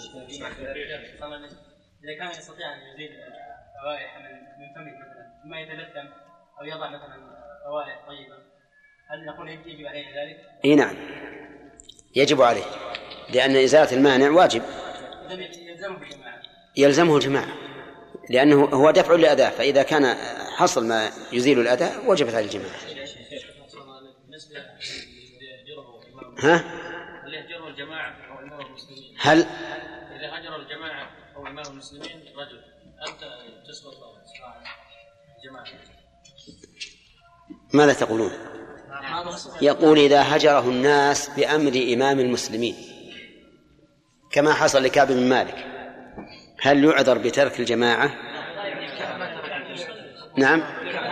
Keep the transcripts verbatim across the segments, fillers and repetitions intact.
إذا كان يستطيع أن يزيل روائح من فمه مثلا ما يتلثم أو يضع مثلا روائح طيبة هل نقول يجب عليه ذلك؟ إيه نعم يجب عليه لأن إزالة المانع واجب. يلزمه الجماعة يلزمه الجماعة لأنه هو دفع للأذى، فإذا كان حصل ما يزيل الأذى وجبت على الجماعة. ها؟ هل يهجره الجماعة أو إمام المسلمين؟ هل؟ إذا هجر الجماعة أو إمام المسلمين رجل أنت تسقط الجماعة. ماذا تقولون؟ يقول إذا هجره الناس بأمر إمام المسلمين كما حصل لكعب بن مالك هل يعذر بترك الجماعة؟ نعم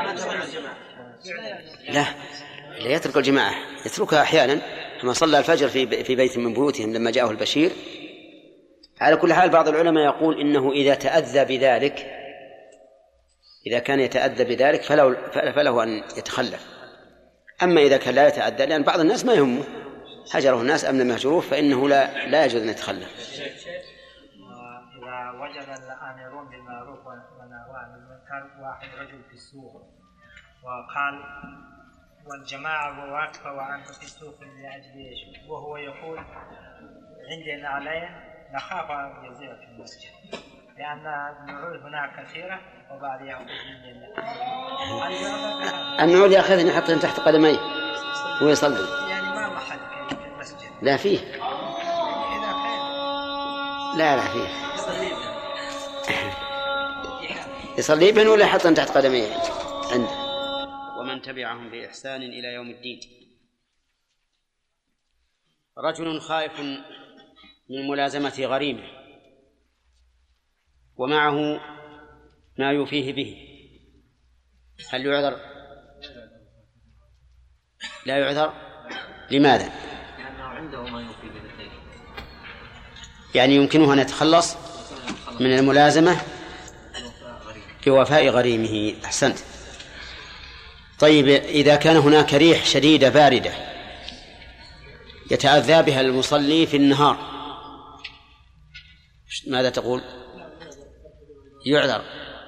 لا لا يترك الجماعة، يتركها أحيانا كما صلى الفجر في في بيت من بيوتهم لما جاءه البشير. على كل حال بعض العلماء يقول إنه إذا تأذى بذلك إذا كان يتأذى بذلك فله, فله أن يتخلف. أما إذا كان لا يتأذى لأن بعض الناس ما يهمه هجره الناس أم لم يهجروه فإنه لا لا يجوز أن يتخلف. إذا وجد الآمرون بالمعروف والنهي عن المنكر واحد رجل في السوق وقال والجماعة واقفة وأنت في السوق لأجل إيش وهو يقول عندي نعلين نخاف أن يضيع في المسجد لأن النعول هناك كثيرة وبعد يأخذ مني النعول يأخذني يحطهم تحت قدميه ويصلي يعني ما محل في المسجد. لا فيه إذا كان لا لا فيه يصلي بهم ولا يحطهم تحت قدميه عنده. ومن تبعهم بإحسان إلى يوم الدين. رجل خائف من ملازمة غريمه ومعه ما يوفيه به هل يعذر؟ لا يعذر. لماذا؟ لأنه عنده ما يوفيه به يعني يمكنه أن يتخلص من الملازمة بوفاء غريمه. أحسنت. طيب إذا كان هناك ريح شديدة باردة يتأذى بها المصلي في النهار ماذا تقول؟ يعذر.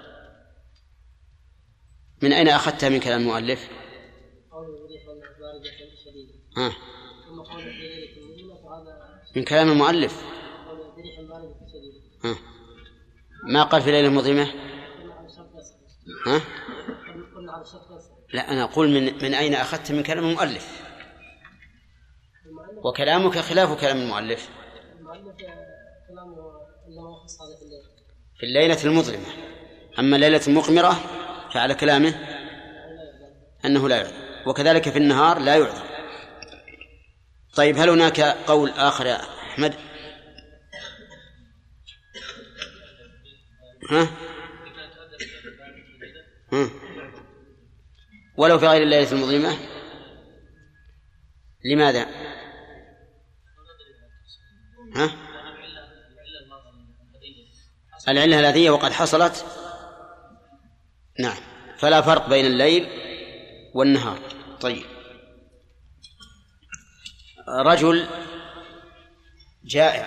من أين أخذتها من كلام المؤلف؟ آه. من كلام المؤلف آه. ما قال في ليلة مظلمة؟ ها؟ لا أنا أقول من, من أين أخذت من كلام المؤلف وكلامك خلاف كلام المؤلف. في الليلة المظلمة. أما الليلة المقمرة فعلى كلامه أنه لا يعذر وكذلك في النهار لا يعذر. طيب هل هناك قول آخر يا أحمد؟ ها؟ ها؟ ولو في غير الليلة المظلمة لماذا؟ ها؟ العلة الذية وقد حصلت. نعم فلا فرق بين الليل والنهار. طيب رجل جائع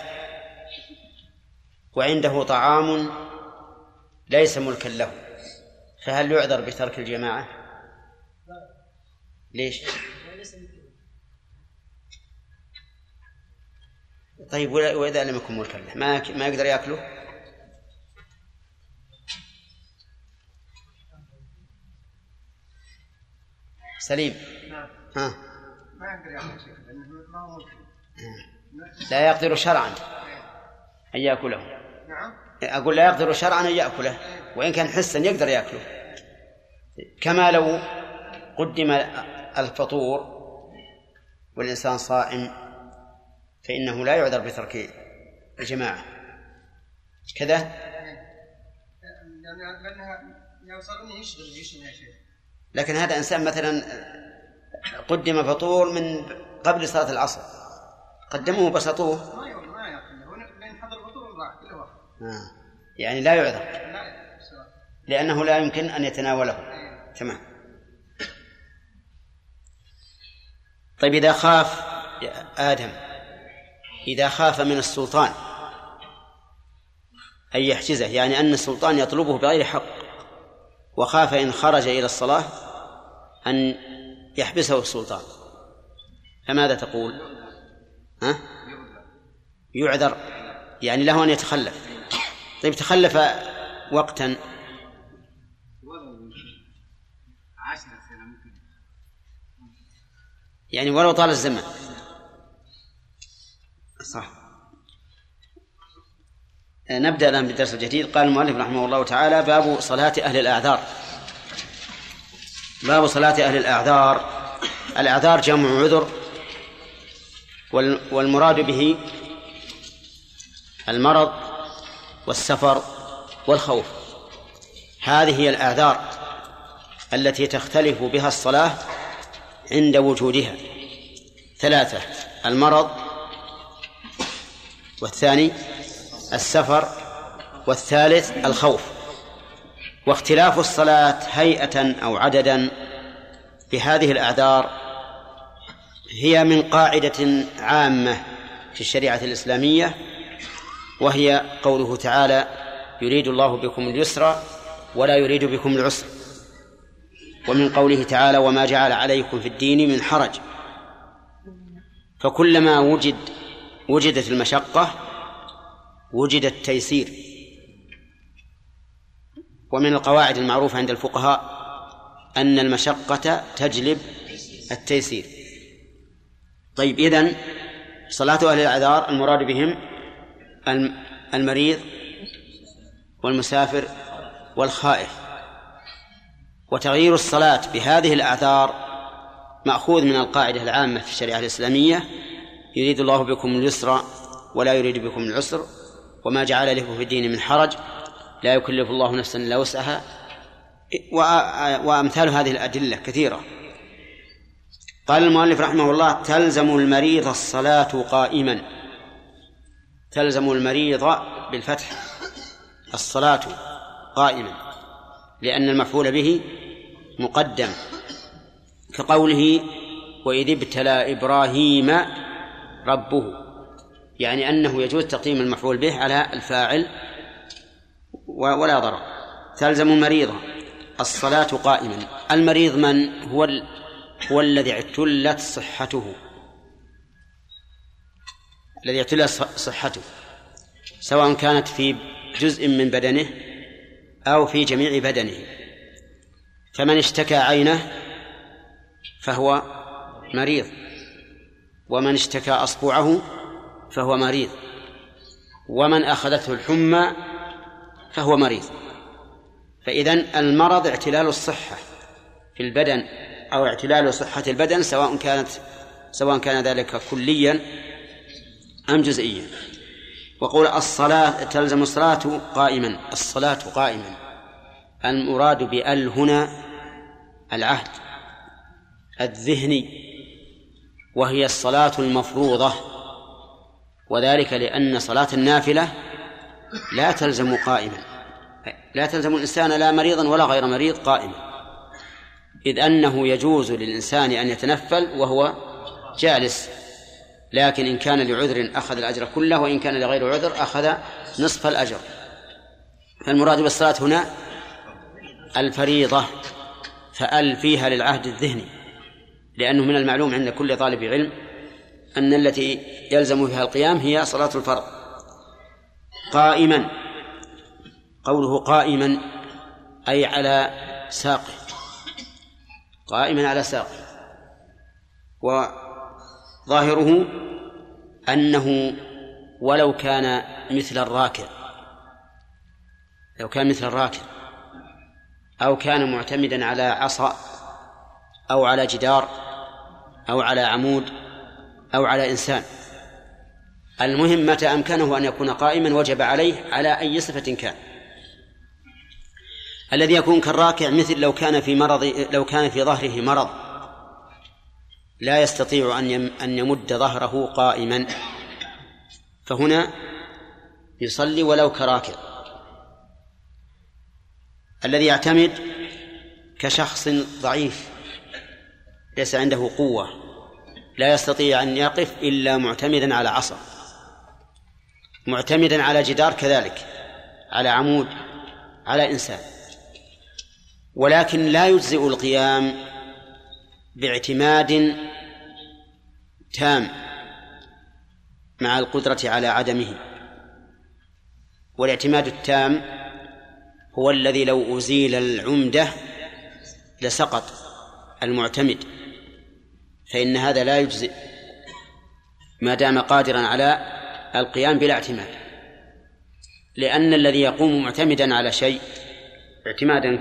وعنده طعام ليس ملكا له فهل يعذر بترك الجماعة؟ ليش؟ طيب وإذا لم يكن ملكا له ما ما يقدر يأكله؟ سليم. ها. ما يقدر يأكل شيء لأنه ما هو ملك. لا يقدر شرعا أن يأكله. نعم. أقول لا يقدر شرعا أن يأكله وإن كان حسا يقدر يأكله. كما لو قدم الفطور والإنسان صائم فإنه لا يعذر بترك الجماعة كذا. لأنها يوصل يشغل جسمه يا شيخ. لكن هذا إنسان مثلا قدم فطور من قبل صلاة العصر قدموه بسطوه ما يأكل ما يأكل لأن حضر الفطور راح كله واحد. آه. يعني لا يعذر لأنه لا يمكن أن يتناوله. تمام. طيب إذا خاف آدم إذا خاف من السلطان أي يحجزه، يعني أن السلطان يطلبه بغير حق، وخاف إن خرج إلى الصلاة أن يحبسه السلطان، فماذا تقول؟ ها؟ يعذر، يعني له أن يتخلف. طيب تخلف وقتا يعني ولو طال الزمن، صح. نبدأ الآن بالدرس الجديد. قال المؤلف رحمه الله تعالى: باب صلاة أهل الأعذار. باب صلاة أهل الأعذار. الأعذار جمع عذر، والمراد به المرض والسفر والخوف. هذه هي الأعذار التي تختلف بها الصلاة عند وجودها. ثلاثة: المرض، والثاني السفر، والثالث الخوف. واختلاف الصلاة هيئة أو عددا بهذه الأعذار هي من قاعدة عامة في الشريعة الإسلامية، وهي قوله تعالى: يريد الله بكم اليسر ولا يريد بكم العسر. ومن قوله تعالى: وما جعل عليكم في الدين من حرج. فكلما وجد وجدت المشقة وجد التيسير. ومن القواعد المعروفة عند الفقهاء أن المشقة تجلب التيسير. طيب، إذن صلاة أهل الأعذار المراد بهم المريض والمسافر والخائف. وتغيير الصلاة بهذه الأعذار مأخوذ من القاعدة العامة في الشريعة الإسلامية: يريد الله بكم اليسر ولا يريد بكم العسر، وما جعل لكم في الدين من حرج، لا يكلف الله نفسا إلا وسعها. وأمثال هذه الأدلة كثيرة. قال المؤلف رحمه الله: تلزم المريض الصلاة قائما. تلزم المريض بالفتح الصلاة قائما، لأن المفعول به مقدم، كقوله: وإذ ابتلى إبراهيم ربه، يعني أنه يجوز تقديم المفعول به على الفاعل ولا ضرر. تلزم المريض الصلاة قائما. المريض من هو؟ ال... هو الذي اعتلت صحته، الذي اعتلت صحته، سواء كانت في جزء من بدنه أو في جميع بدنه. فمن اشتكى عينه فهو مريض، ومن اشتكى أصبعه فهو مريض، ومن أخذته الحمى فهو مريض. فإذن المرض اعتلال الصحة في البدن أو اعتلال صحة البدن، سواء كانت سواء كان ذلك كليا أم جزئيا. وقول الصلاة تلزم الصلاة قائما. الصلاة قائما المراد بأل هنا العهد الذهني، وهي الصلاة المفروضة، وذلك لأن صلاة النافلة لا تلزم قائما، لا تلزم الإنسان لا مريضا ولا غير مريض قائما، إذ أنه يجوز للإنسان أن يتنفل وهو جالس، لكن إن كان لعذر أخذ الأجر كله، وإن كان لغير عذر أخذ نصف الأجر. فالمراد بالصلاة هنا الفريضة، فأل فيها للعهد الذهني، لأنه من المعلوم عند كل طالب علم أن التي يلزم فيها القيام هي صلاة الفرض. قائما، قوله قائما أي على ساقه، قائما على ساقه. وظاهره أنه ولو كان مثل الراكع، لو كان مثل الراكع أو كان معتمدا على عصا أو على جدار أو على عمود أو على إنسان، المهم متى أمكنه أن يكون قائما وجب عليه على أي صفة كان. الذي يكون كالراكع مثل لو كان في مرض، لو كان في ظهره مرض لا يستطيع أن يمد ظهره قائما، فهنا يصلي ولو كراكع. الذي يعتمد كشخص ضعيف ليس عنده قوة، لا يستطيع أن يقف إلا معتمدا على عصا، معتمدا على جدار كذلك على عمود على إنسان، ولكن لا يجزئ القيام باعتماد تام مع القدرة على عدمه. والاعتماد التام هو الذي لو أزيل العمدة لسقط المعتمد، فإن هذا لا يجزئ ما دام قادرا على القيام بلا اعتماد، لأن الذي يقوم معتمدا على شيء اعتمادا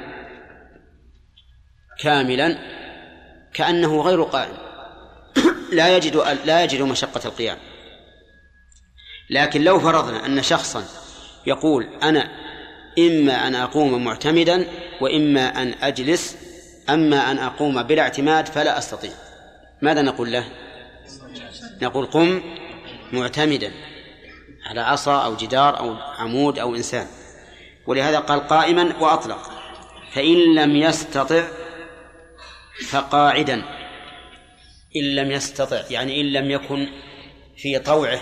كاملا كأنه غير قائم لا يجد لا يجد مشقة القيام. لكن لو فرضنا أن شخصا يقول أنا إما أن أقوم معتمدا وإما أن أجلس، أما أن أقوم بلا اعتماد فلا أستطيع، ماذا نقول له؟ نقول قم معتمدا على عصا أو جدار أو عمود أو إنسان. ولهذا قال قائما وأطلق، فإن لم يستطع فقاعدا. إن لم يستطع يعني إن لم يكن في طوعه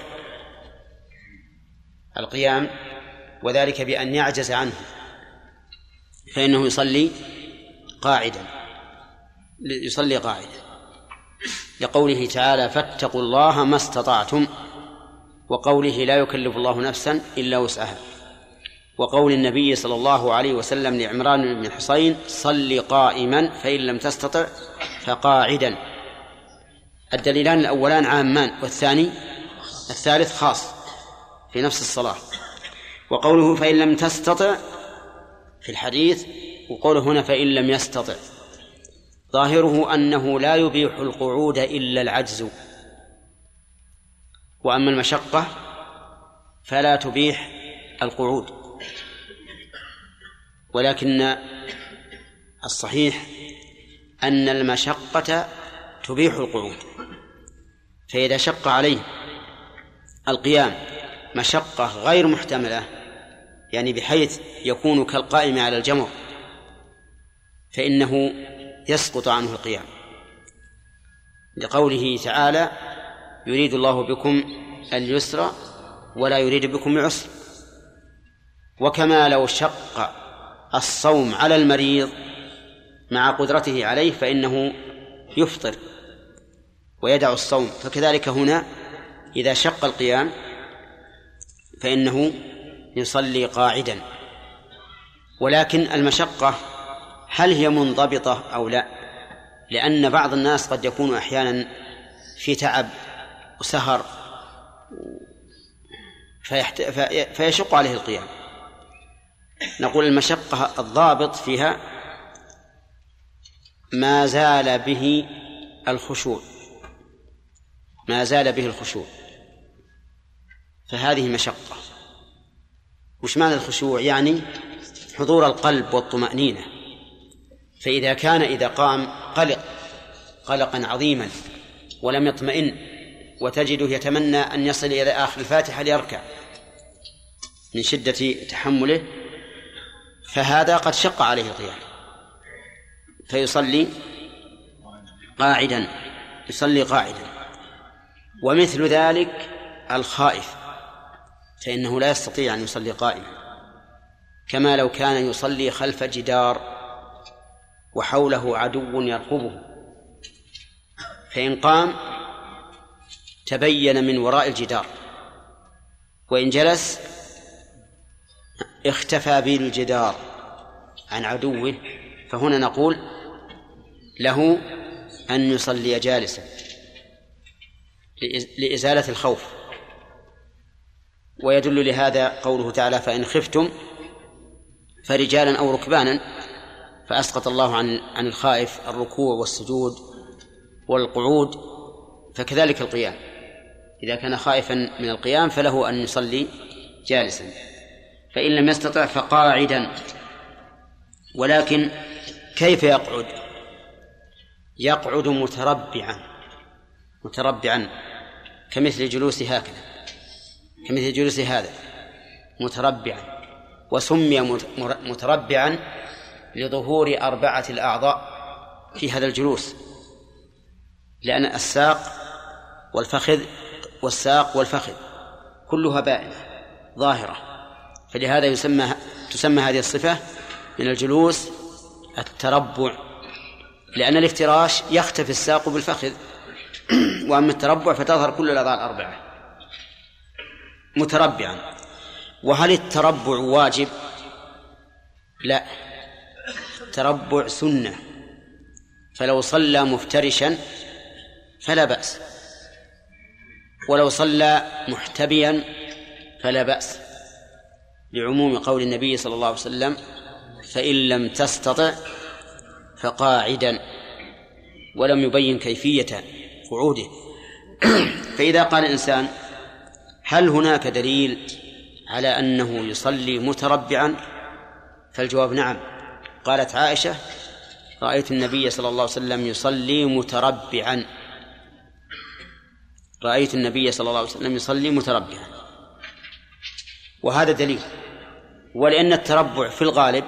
القيام، وذلك بأن يعجز عنه، فإنه يصلي قاعدا يصلي قاعدا لقوله تعالى فاتقوا الله ما استطعتم، وقوله لا يكلف الله نفسا إلا وسعها، وقول النبي صلى الله عليه وسلم لعمران بن حصين صل قائما فإن لم تستطع فقاعدا. الدليلان الأولان عامان، والثاني الثالث خاص في نفس الصلاة. وقوله فإن لم تستطع في الحديث، وقوله هنا فإن لم يستطع، ظاهره أنه لا يبيح القعود إلا العجز، وأما المشقة فلا تبيح القعود. ولكن الصحيح أن المشقة تبيح القعود، فإذا شق عليه القيام مشقة غير محتملة، يعني بحيث يكون كالقائم على الجمر، فإنه يسقط عنه القيام، لقوله تعالى يريد الله بكم اليسر ولا يريد بكم العسر. وكما لو شق الصوم على المريض مع قدرته عليه فإنه يفطر ويدع الصوم، فكذلك هنا إذا شق القيام فإنه يصلي قاعدا. ولكن المشقة هل هي منضبطة أو لا؟ لأن بعض الناس قد يكون أحيانا في تعب وسهر فيحت... فيشق عليه القيام. نقول المشقة الضابط فيها ما زال به الخشوع، ما زال به الخشوع، فهذه مشقة. وش معنى الخشوع؟ يعني حضور القلب والطمأنينة. فإذا كان إذا قام قلق قلقا عظيما ولم يطمئن، وتجده يتمنى أن يصل إلى آخر الفاتحة ليركع من شدة تحمله، فهذا قد شق عليه القيام، فيصلي قاعدا يصلي قاعدا. ومثل ذلك الخائف فإنه لا يستطيع أن يصلي قائما، كما لو كان يصلي خلف جدار وحوله عدو يرقبه، فإن قام تبين من وراء الجدار، وإن جلس اختفى بالجدار عن عدوه، فهنا نقول له أن يصلي جالسا لإزالة الخوف. ويدل لهذا قوله تعالى فإن خفتم فرجالا أو ركبانا، فأسقط الله عن عن الخائف الركوع والسجود والقعود، فكذلك القيام إذا كان خائفا من القيام فله أن يصلي جالسا. فإن لم يستطع فقاعدا. ولكن كيف يقعد؟ يقعد متربعا متربعا كمثل جلوس هكذا، كمثل جلوس هذا متربعا. وسمي متربعا لظهور أربعة الأعضاء في هذا الجلوس، لأن الساق والفخذ والساق والفخذ كلها بائنة ظاهرة، فلهذا يسمى تسمى هذه الصفة من الجلوس التربع، لأن الافتراش يختفي الساق بالفخذ، وأما التربع فتظهر كل الأعضاء الأربعة متربعا. وهل التربع واجب؟ لا، التربع سنة، فلو صلى مفترشا فلا بأس، ولو صلى محتبيا فلا بأس، لعموم قول النبي صلى الله عليه وسلم: فإن لم تستطع فقاعدا، ولم يبين كيفية قعوده. فإذا قال الإنسان: هل هناك دليل على أنه يصلي متربعا؟ فالجواب نعم. قالت عائشة: رأيت النبي صلى الله عليه وسلم يصلي متربعا، رأيت النبي صلى الله عليه وسلم يصلي متربعا. وهذا دليل، ولأن التربع في الغالب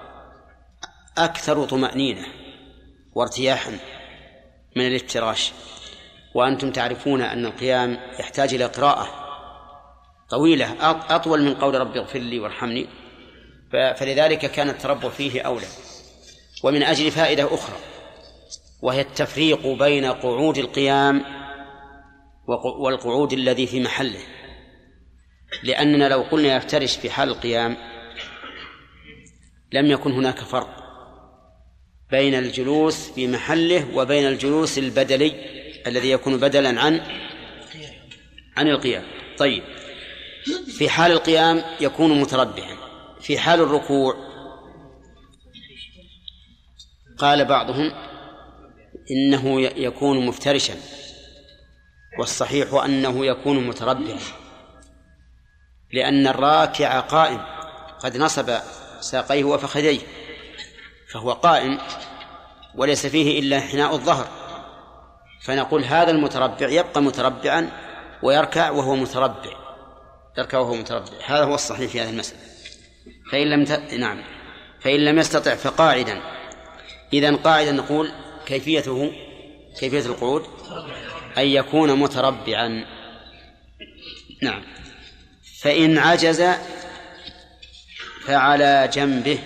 أكثر طمأنينة وارتياحا من الافتراش، وأنتم تعرفون أن القيام يحتاج إلى قراءة طويلة أطول من قول رب اغفر لي وارحمني، فلذلك كان التربع فيه أولى. ومن أجل فائدة أخرى، وهي التفريق بين قعود القيام والقعود الذي في محله، لأننا لو قلنا يفترش في حال القيام لم يكن هناك فرق بين الجلوس في محله وبين الجلوس البدلي الذي يكون بدلا عن عن القيام. طيب، في حال القيام يكون متربعا، في حال الركوع قال بعضهم إنه يكون مفترشا، والصحيح أنه يكون متربعا، لأن الراكع قائم قد نصب ساقيه وفخذيه، فهو قائم وليس فيه إلا حناء الظهر، فنقول هذا المتربع يبقى متربعا ويركع وهو متربع، يركع وهو متربع. هذا هو الصحيح في هذه المسألة. فإن لم ت... نعم فإن لم يستطع فقاعدا. إذن قاعدا نقول كيفيته كيفية القعود أن يكون متربعا. نعم. فإن عجز فعلى جنبه.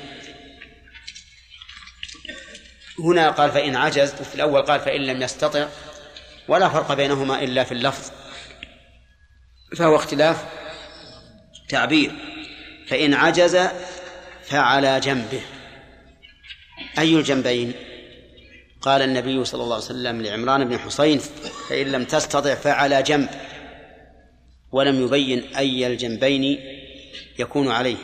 هنا قال فإن عجز، وفي الأول قال فإن لم يستطع، ولا فرق بينهما إلا في اللفظ، فهو اختلاف تعبير. فإن عجز فعلى جنبه. أي الجنبين؟ قال النبي صلى الله عليه وسلم لعمران بن حسين: فإن لم تستطع فعلى جنب، ولم يبين أي الجنبين يكون عليه.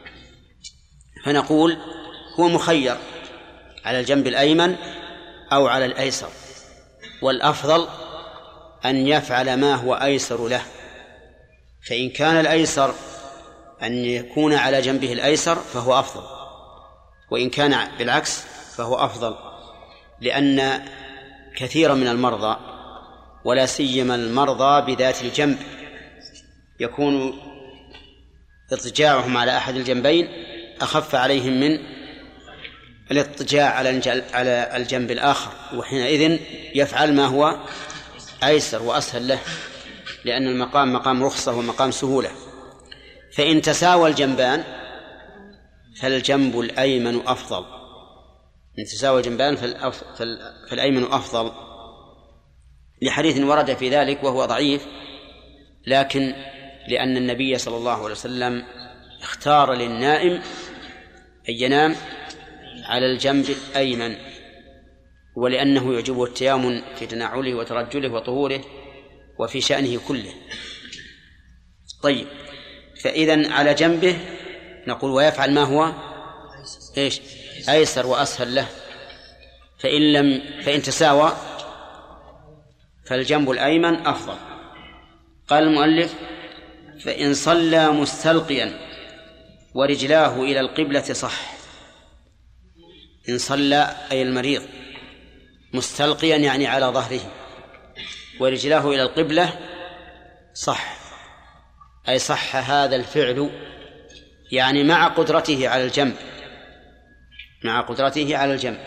فنقول هو مخير على الجنب الأيمن أو على الأيسر، والأفضل أن يفعل ما هو أيسر له. فإن كان الأيسر أن يكون على جنبه الأيسر فهو أفضل، وإن كان بالعكس فهو أفضل، لأن كثيرا من المرضى ولا سيما المرضى بذات الجنب يكون اضطجاعهم على أحد الجنبين أخف عليهم من الاضطجاع على الجنب الآخر، وحينئذ يفعل ما هو أيسر وأسهل له، لأن المقام مقام رخصة ومقام سهولة. فإن تساوى الجنبان فالجنب الأيمن أفضل، إن تساوى الجنبان فالأيمن أفضل، لحديث ورد في ذلك وهو ضعيف، لكن لأن النبي صلى الله عليه وسلم اختار للنائم أن ينام على الجنب الأيمن، ولأنه يعجبه التيامن في تنعله وترجله وطهوره وفي شأنه كله. طيب، فإذن على جنبه نقول ويفعل ما هو إيش أيسر وأسهل له. فإن لم فإن تساوى فالجنب الأيمن أفضل. قال المؤلف: فإن صلى مستلقيا ورجلاه إلى القبلة صح. إن صلى أي المريض مستلقيا يعني على ظهره ورجلاه إلى القبلة صح، أي صح هذا الفعل، يعني مع قدرته على الجنب، مع قدرته على الجنب،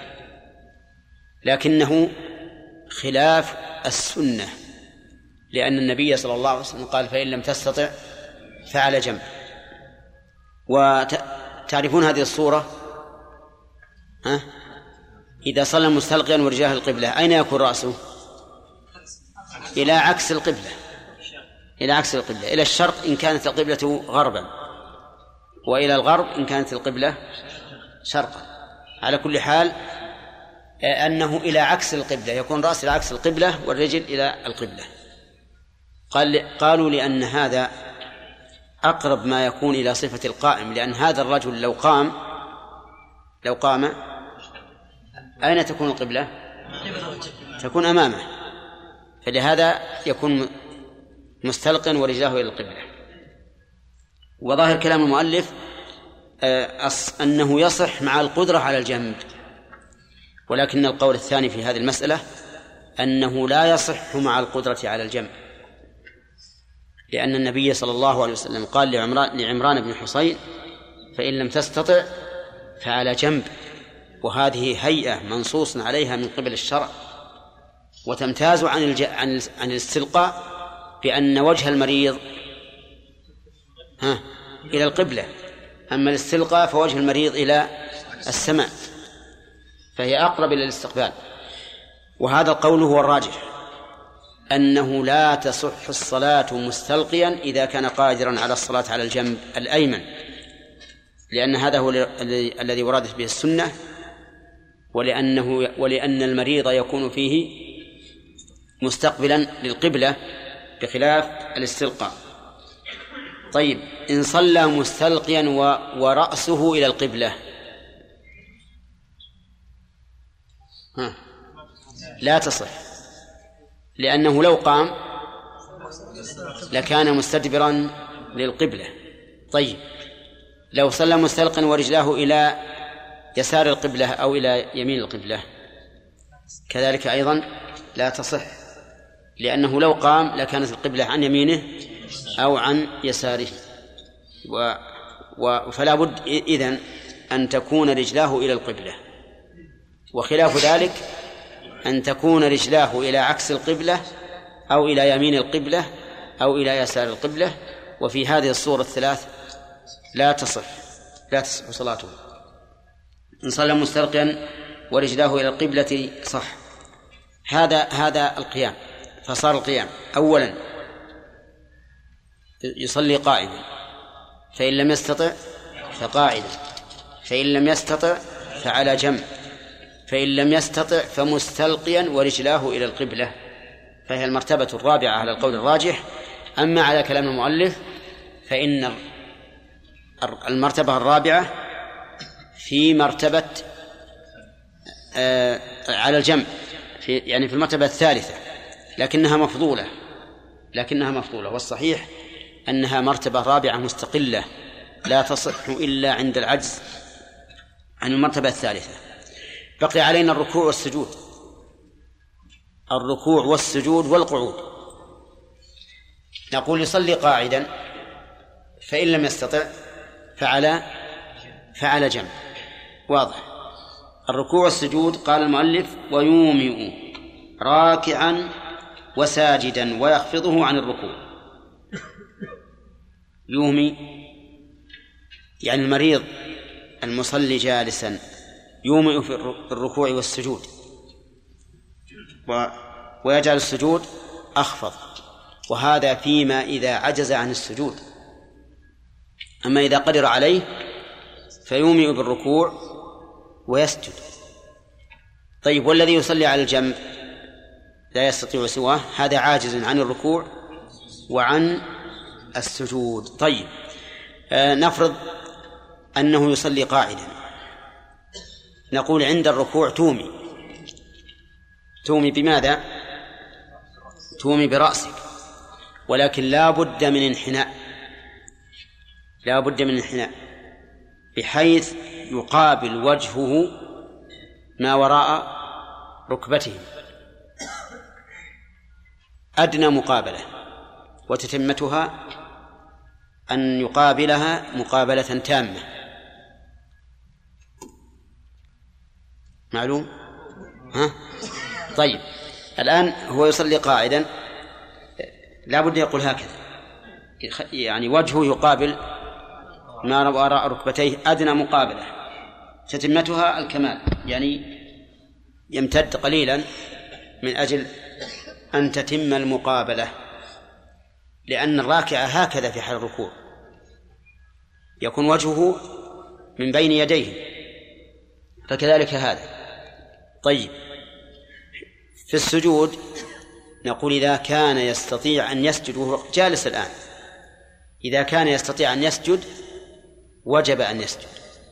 لكنه خلاف السنة، لأن النبي صلى الله عليه وسلم قال: فإن لم تستطع فعلى جنب. وتعرفون هذه الصورة؟ ها؟ إذا صلى مستلقيا ورجاه القبلة أين يكون رأسه؟ إلى عكس القبلة، إلى عكس القبلة، إلى الشرق إن كانت القبلة غربا، وإلى الغرب إن كانت القبلة شرقا. على كل حال أنه إلى عكس القبلة، يكون رأس إلى عكس القبلة والرجل إلى القبلة. قال قالوا لأن هذا أقرب ما يكون إلى صفة القائم، لأن هذا الرجل لو قام لو قام أين تكون القبلة؟ تكون أمامه، فلهذا يكون مستلقا ورجاه إلى القبلة. وظاهر كلام المؤلف أنه يصح مع القدرة على الجنب، ولكن القول الثاني في هذه المسألة أنه لا يصح مع القدرة على الجنب، لأن النبي صلى الله عليه وسلم قال لعمران, لعمران بن حصين: فإن لم تستطع فعلى جنب، وهذه هيئة منصوص عليها من قبل الشرع، وتمتاز عن الج... عن عن الاستلقاء بأن وجه المريض ها إلى القبلة، أما الاستلقاء فوجه المريض إلى السماء، فهي أقرب إلى الاستقبال. وهذا القول هو الراجح، أنه لا تصح الصلاة مستلقيا إذا كان قادرا على الصلاة على الجنب الأيمن، لأن هذا هو الذي وردت به السنة، ولأنه ولأن المريض يكون فيه مستقبلا للقبلة بخلاف الاستلقاء. طيب، إن صلى مستلقيا ورأسه إلى القبلة ها لا تصح، لأنه لو قام لكان مستدبرا للقبلة. طيب، لو صلى مستلقا ورجلاه إلى يسار القبلة أو إلى يمين القبلة كذلك أيضا لا تصح، لأنه لو قام لكانت القبلة عن يمينه أو عن يساره. و... و... فلا بد إذن أن تكون رجلاه إلى القبلة، وخلاف ذلك أن تكون رجلاه إلى عكس القبلة أو إلى يمين القبلة أو إلى يسار القبلة، وفي هذه الصورة الثلاث لا تصح لا تصح صلاته. إن صلى مستلقيا ورجلاه إلى القبلة صح. هذا هذا القيام، فصار القيام أولا يصلي قائما، فإن لم يستطع فقاعدا، فإن لم يستطع فعلى جنب، فإن لم يستطع فمستلقيا ورجلاه إلى القبلة، فهي المرتبة الرابعة على القول الراجح. أما على كلام المؤلف فإن المرتبة الرابعة في مرتبة آه على الجنب، في يعني في المرتبة الثالثة، لكنها مفضولة لكنها مفضولة والصحيح أنها مرتبة رابعة مستقلة لا تصح إلا عند العجز عن المرتبة الثالثة. بقي علينا الركوع والسجود، الركوع والسجود والقعود. نقول يصلي قاعدا، فإن لم يستطع فعلى فعلى جنب، واضح. الركوع والسجود قال المؤلف: ويومئ راكعا وساجدا ويخفضه عن الركوع. يومي يعني المريض المصلي جالسا يومئ في الركوع والسجود، ويجعل السجود أخفض، وهذا فيما إذا عجز عن السجود. أما إذا قدر عليه فيومئ بالركوع ويسجد. طيب، والذي يصلي على الجنب لا يستطيع سواه، هذا عاجز عن الركوع وعن السجود. طيب، آه نفرض أنه يصلي قاعدا، نقول عند الركوع تومي تومي بماذا؟ تومي برأسك، ولكن لا بد من انحناء لا بد من انحناء بحيث يقابل وجهه ما وراء ركبته أدنى مقابلة، وتتمتها أن يقابلها مقابلة تامة. معلوم؟ ها؟ طيب، الآن هو يصلي قاعدا، لا بد يقول هكذا، يعني وجهه يقابل ما وراء ركبتيه أدنى مقابلة، تتمتها الكمال، يعني يمتد قليلا من أجل أن تتم المقابلة، لأن الراكع هكذا في حال الركوع يكون وجهه من بين يديه، فكذلك هذا. طيب، في السجود نقول إذا كان يستطيع أن يسجد وهو جالس الآن، إذا كان يستطيع أن يسجد وجب أن يسجد،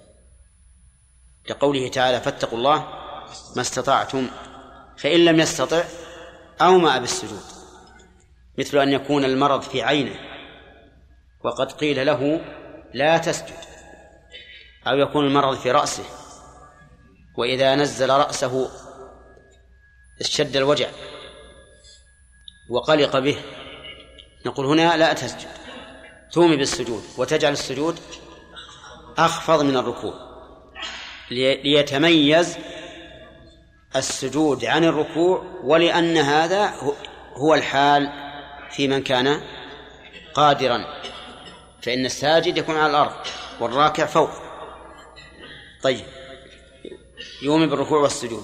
لقوله تعالى فاتقوا الله ما استطعتم، فإن لم يستطع أومأ بالسجود، مثل أن يكون المرض في عينه وقد قيل له لا تسجد، أو يكون المرض في رأسه وإذا نزل رأسه اشتد الوجع وقلق به، نقول هنا لا تسجد، تومي بالسجود وتجعل السجود أخفض من الركوع ليتميز السجود عن الركوع، ولأن هذا هو الحال في من كان قادرا، فإن الساجد يكون على الأرض والراكع فوق. طيب، يومي بالركوع والسجود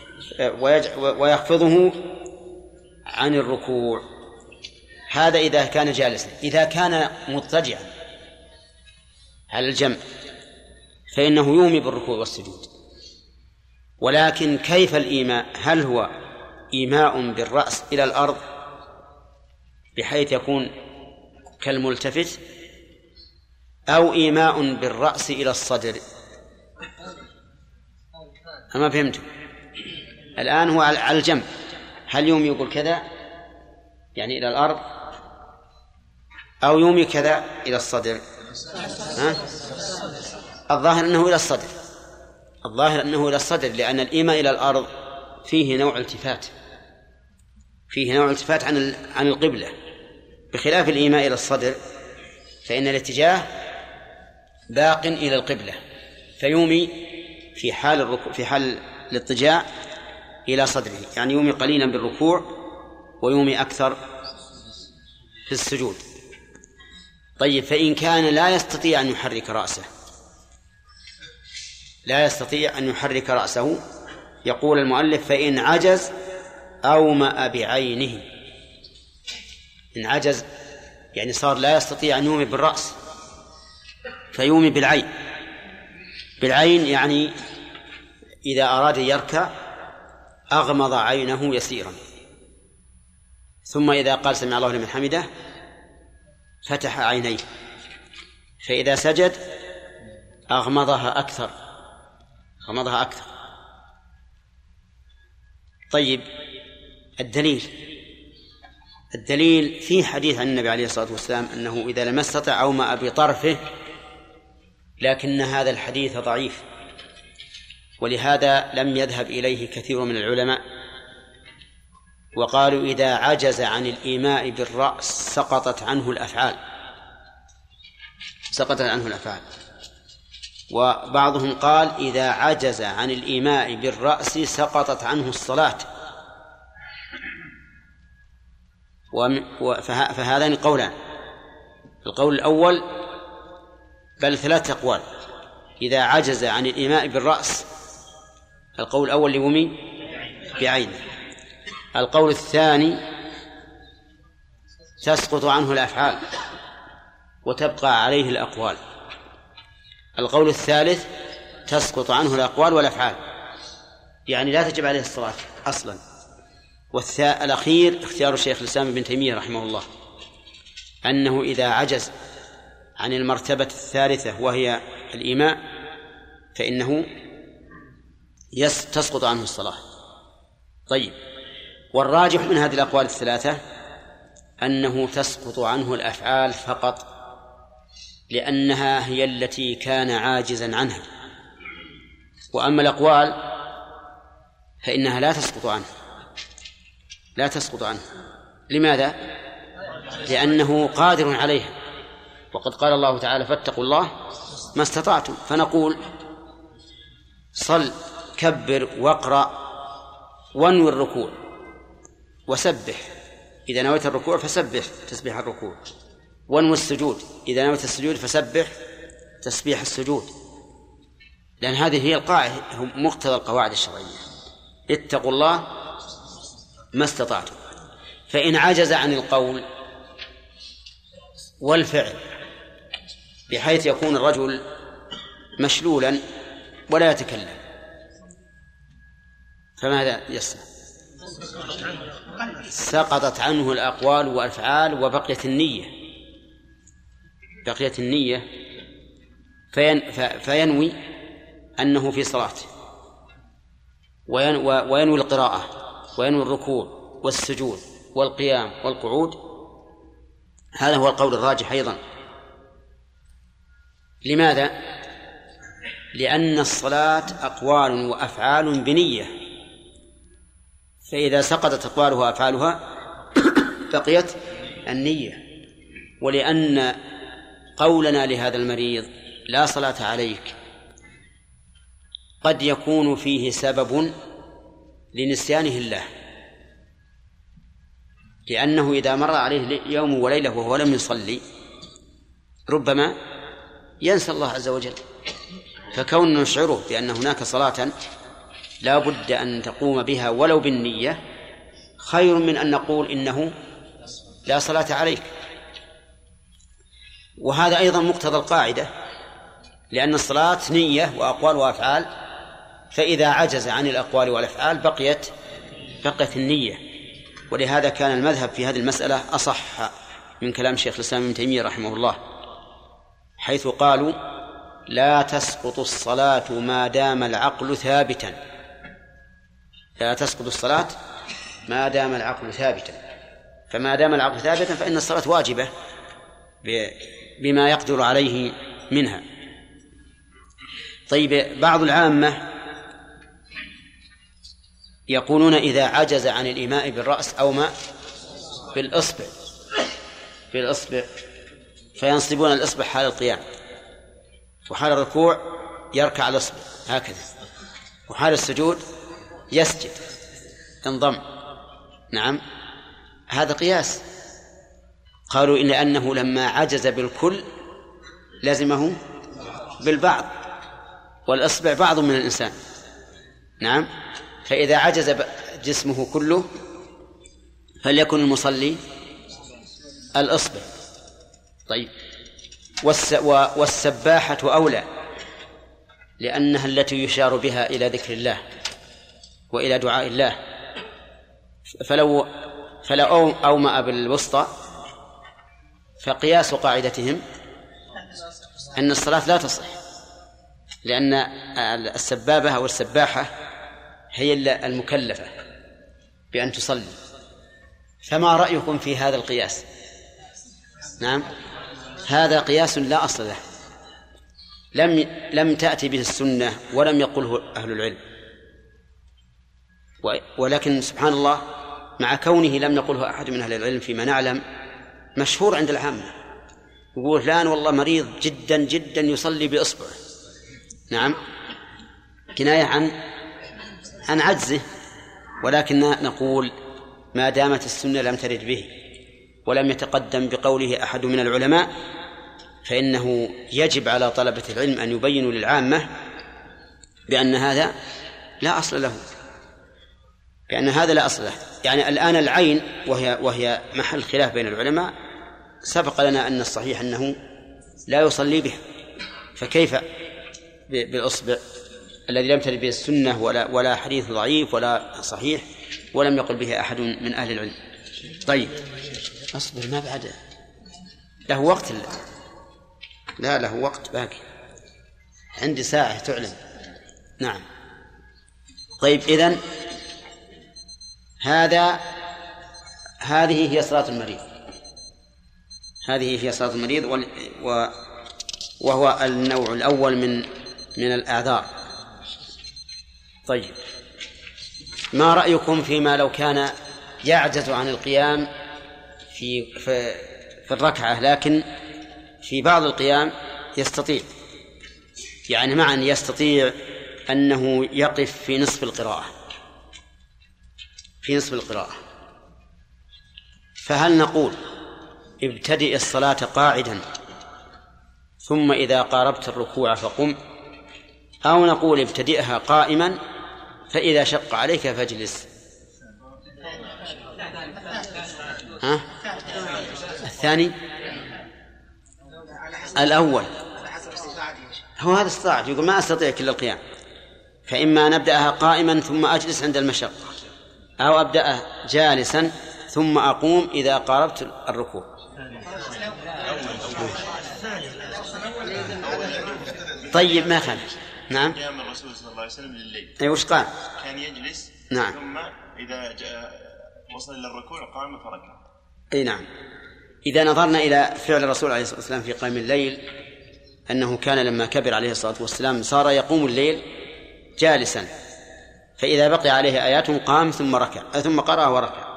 ويخفضه عن الركوع، هذا إذا كان جالسا. إذا كان مضطجعا على الجنب فإنه يومي بالركوع والسجود، ولكن كيف الإيماء؟ هل هو إيماء بالرأس إلى الأرض بحيث يكون كالملتفت، أو إيماء بالرأس إلى الصدر؟ أما فهمت؟ الآن هو على الجنب، هل يومي يقول كذا يعني إلى الأرض، أو يومي كذا إلى الصدر؟ ها؟ الظاهر أنه إلى الصدر، الظاهر أنه إلى الصدر، لأن الإيماء إلى الأرض فيه نوع التفات، فيه نوع التفات عن عن القبلة، بخلاف الإيماء إلى الصدر فإن الاتجاه باق إلى القبلة، فيومي في حال الركوع في حال الاضطجاع إلى صدره، يعني يومي قليلا بالركوع ويومي أكثر في السجود. طيب، فإن كان لا يستطيع أن يحرك رأسه لا يستطيع أن يحرك رأسه يقول المؤلف فإن عجز أومأ بعينه. إن عجز يعني صار لا يستطيع أن يومي بالرأس فيومي بالعين. بالعين يعني إذا أراد يركع أغمض عينه يسيرا، ثم إذا قال سمع الله لمن حمده فتح عينيه، فإذا سجد أغمضها أكثر أغمضها أكثر طيب، الدليل الدليل في حديث عن النبي عليه الصلاة والسلام أنه إذا لم يستطع أومأ بطرفه، لكن هذا الحديث ضعيف، ولهذا لم يذهب إليه كثير من العلماء، وقالوا إذا عجز عن الإيماء بالرأس سقطت عنه الأفعال سقطت عنه الأفعال وبعضهم قال إذا عجز عن الإيماء بالرأس سقطت عنه الصلاة. فهذان قولان، القول الأول بل ثلاثة أقوال، إذا عجز عن الإيماء بالرأس القول الأول يومي بعينه، القول الثاني تسقط عنه الأفعال وتبقى عليه الأقوال، القول الثالث تسقط عنه الأقوال والأفعال، يعني لا تجب عليه الصلاة أصلا. والأخير اختيار الشيخ الإسلام ابن تيمية رحمه الله، أنه إذا عجز عن المرتبة الثالثة وهي الإيماء فإنه تسقط عنه الصلاة. طيب، والراجح من هذه الأقوال الثلاثة أنه تسقط عنه الأفعال فقط، لأنها هي التي كان عاجزا عنها، وأما الأقوال فإنها لا تسقط عنه لا تسقط عنه لماذا؟ لأنه قادر عليها، وقد قال الله تعالى فاتقوا الله ما استطعتم، فنقول صل كبر واقرأ وانوي الركوع وسبح، إذا نويت الركوع فسبح تسبيح الركوع، وانوي السجود، إذا نويت السجود فسبح تسبيح السجود، لأن هذه هي القاعدة، مقتضى القواعد الشرعية: اتقوا الله ما استطعتم. فإن عجز عن القول والفعل بحيث يكون الرجل مشلولا ولا يتكلم، فماذا يصنع؟ سقطت عنه الأقوال والأفعال وبقيت النية، بقيت النية فين فينوي أنه في صلاة، وينوي القراءة وينوي الركوع والسجود والقيام والقعود. هذا هو القول الراجح أيضا. لماذا؟ لأن الصلاة أقوال وأفعال بنية، فإذا سقطت أقوالها وأفعالها بقيت النية. ولأن قولنا لهذا المريض لا صلاة عليك قد يكون فيه سبب لنسيانه الله، لأنه إذا مر عليه يوم وليلة وهو لم يصلي ربما ينسى الله عز وجل. فكون نشعره بأن هناك صلاة لا بد أن تقوم بها ولو بالنية خير من أن نقول إنه لا صلاة عليك. وهذا أيضا مقتضى القاعدة، لأن الصلاة نية وأقوال وأفعال، فإذا عجز عن الأقوال والأفعال بقيت بقيت النية. ولهذا كان المذهب في هذه المسألة أصح من كلام شيخ الإسلام ابن تيمية رحمه الله، حيث قالوا: لا تسقط الصلاة ما دام العقل ثابتا. لا تسقط الصلاة ما دام العقل ثابتا، فما دام العقل ثابتا فإن الصلاة واجبة بما يقدر عليه منها. طيب، بعض العامة يقولون إذا عجز عن الإيماء بالرأس أو ما بالإصبع بالإصبع فينصبون الإصبع حال القيام، وحال الركوع يركع الإصبع هكذا، وحال السجود يسجد انضم. نعم، هذا قياس. قالوا إن أنه لما عجز بالكل لازمه بالبعض، والإصبع بعض من الإنسان. نعم، فإذا عجز جسمه كله فليكن المصلي الإصبع. طيب، والسباحة أولى، لأنها التي يشار بها إلى ذكر الله وإلى دعاء الله. فلو فلو أومأ بالوسطى فقياس قاعدتهم أن الصلاة لا تصح، لأن السبابة أو السباحة هي المكلفة بأن تصلي. فما رأيكم في هذا القياس؟ نعم، هذا قياس لا أصل له، لم لم تأتي به السنة ولم يقله أهل العلم، ولكن سبحان الله مع كونه لم يقله أحد من أهل العلم فيما نعلم مشهور عند العامة. يقول فلان والله مريض جدا جدا يصلي بإصبعه. نعم، كناية عن عن عجزه، ولكن نقول ما دامت السنة لم ترد به ولم يتقدم بقوله أحد من العلماء فإنه يجب على طلبة العلم أن يبينوا للعامة بأن هذا لا أصل له، بأن هذا لا أصل له. يعني الآن العين وهي, وهي محل خلاف بين العلماء سبق لنا أن الصحيح أنه لا يصلي به، فكيف بالأصبع الذي لم ترد به السنة ولا, ولا حديث ضعيف ولا صحيح ولم يقل به أحد من أهل العلم. طيب، أصبر، ما بعد له وقت؟ لا له وقت باقي، عندي ساعة تعلم. نعم. طيب، إذن هذا هذه هي صلاة المريض، هذه هي صلاة المريض، وهو النوع الأول من من الأعذار. طيب، ما رأيكم فيما لو كان يعجز عن القيام في في, في الركعة لكن في بعض القيام يستطيع، يعني معا يستطيع أنه يقف في نصف القراءة في نصف القراءة فهل نقول ابتدئ الصلاة قاعدا ثم إذا قاربت الركوع فقم، أو نقول ابتدئها قائما فإذا شق عليك فاجلس. ها؟ الثاني الأول هو هذا استطاعت، يقول ما أستطيع كل القيام، فإما نبدأها قائما ثم أجلس عند المشقة، أو أبدأ جالسا ثم أقوم إذا قاربت الركوع. طيب ما خالف. نعم. قيام الرسول صلى الله عليه وسلم لليل. أي وش قال؟ كان يجلس. نعم. ثم إذا جاء وصل إلى الركوع قام فركع. أي نعم. إذا نظرنا إلى فعل الرسول عليه الصلاة والسلام في قيام الليل أنه كان لما كبر عليه الصلاة والسلام صار يقوم الليل جالسا، فإذا بقي عليه آيات قام ثم ركع ثم قرأ وركع.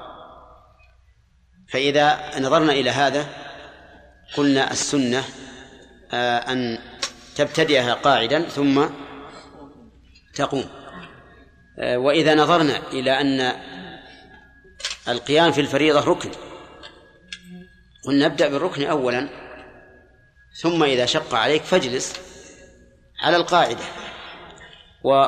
فإذا نظرنا إلى هذا قلنا السنة أن تبتدئها قاعدا ثم تقوم. وإذا نظرنا إلى أن القيام في الفريضة ركن قلنا نبدأ بالركن أولا، ثم إذا شق عليك فاجلس على القاعدة. و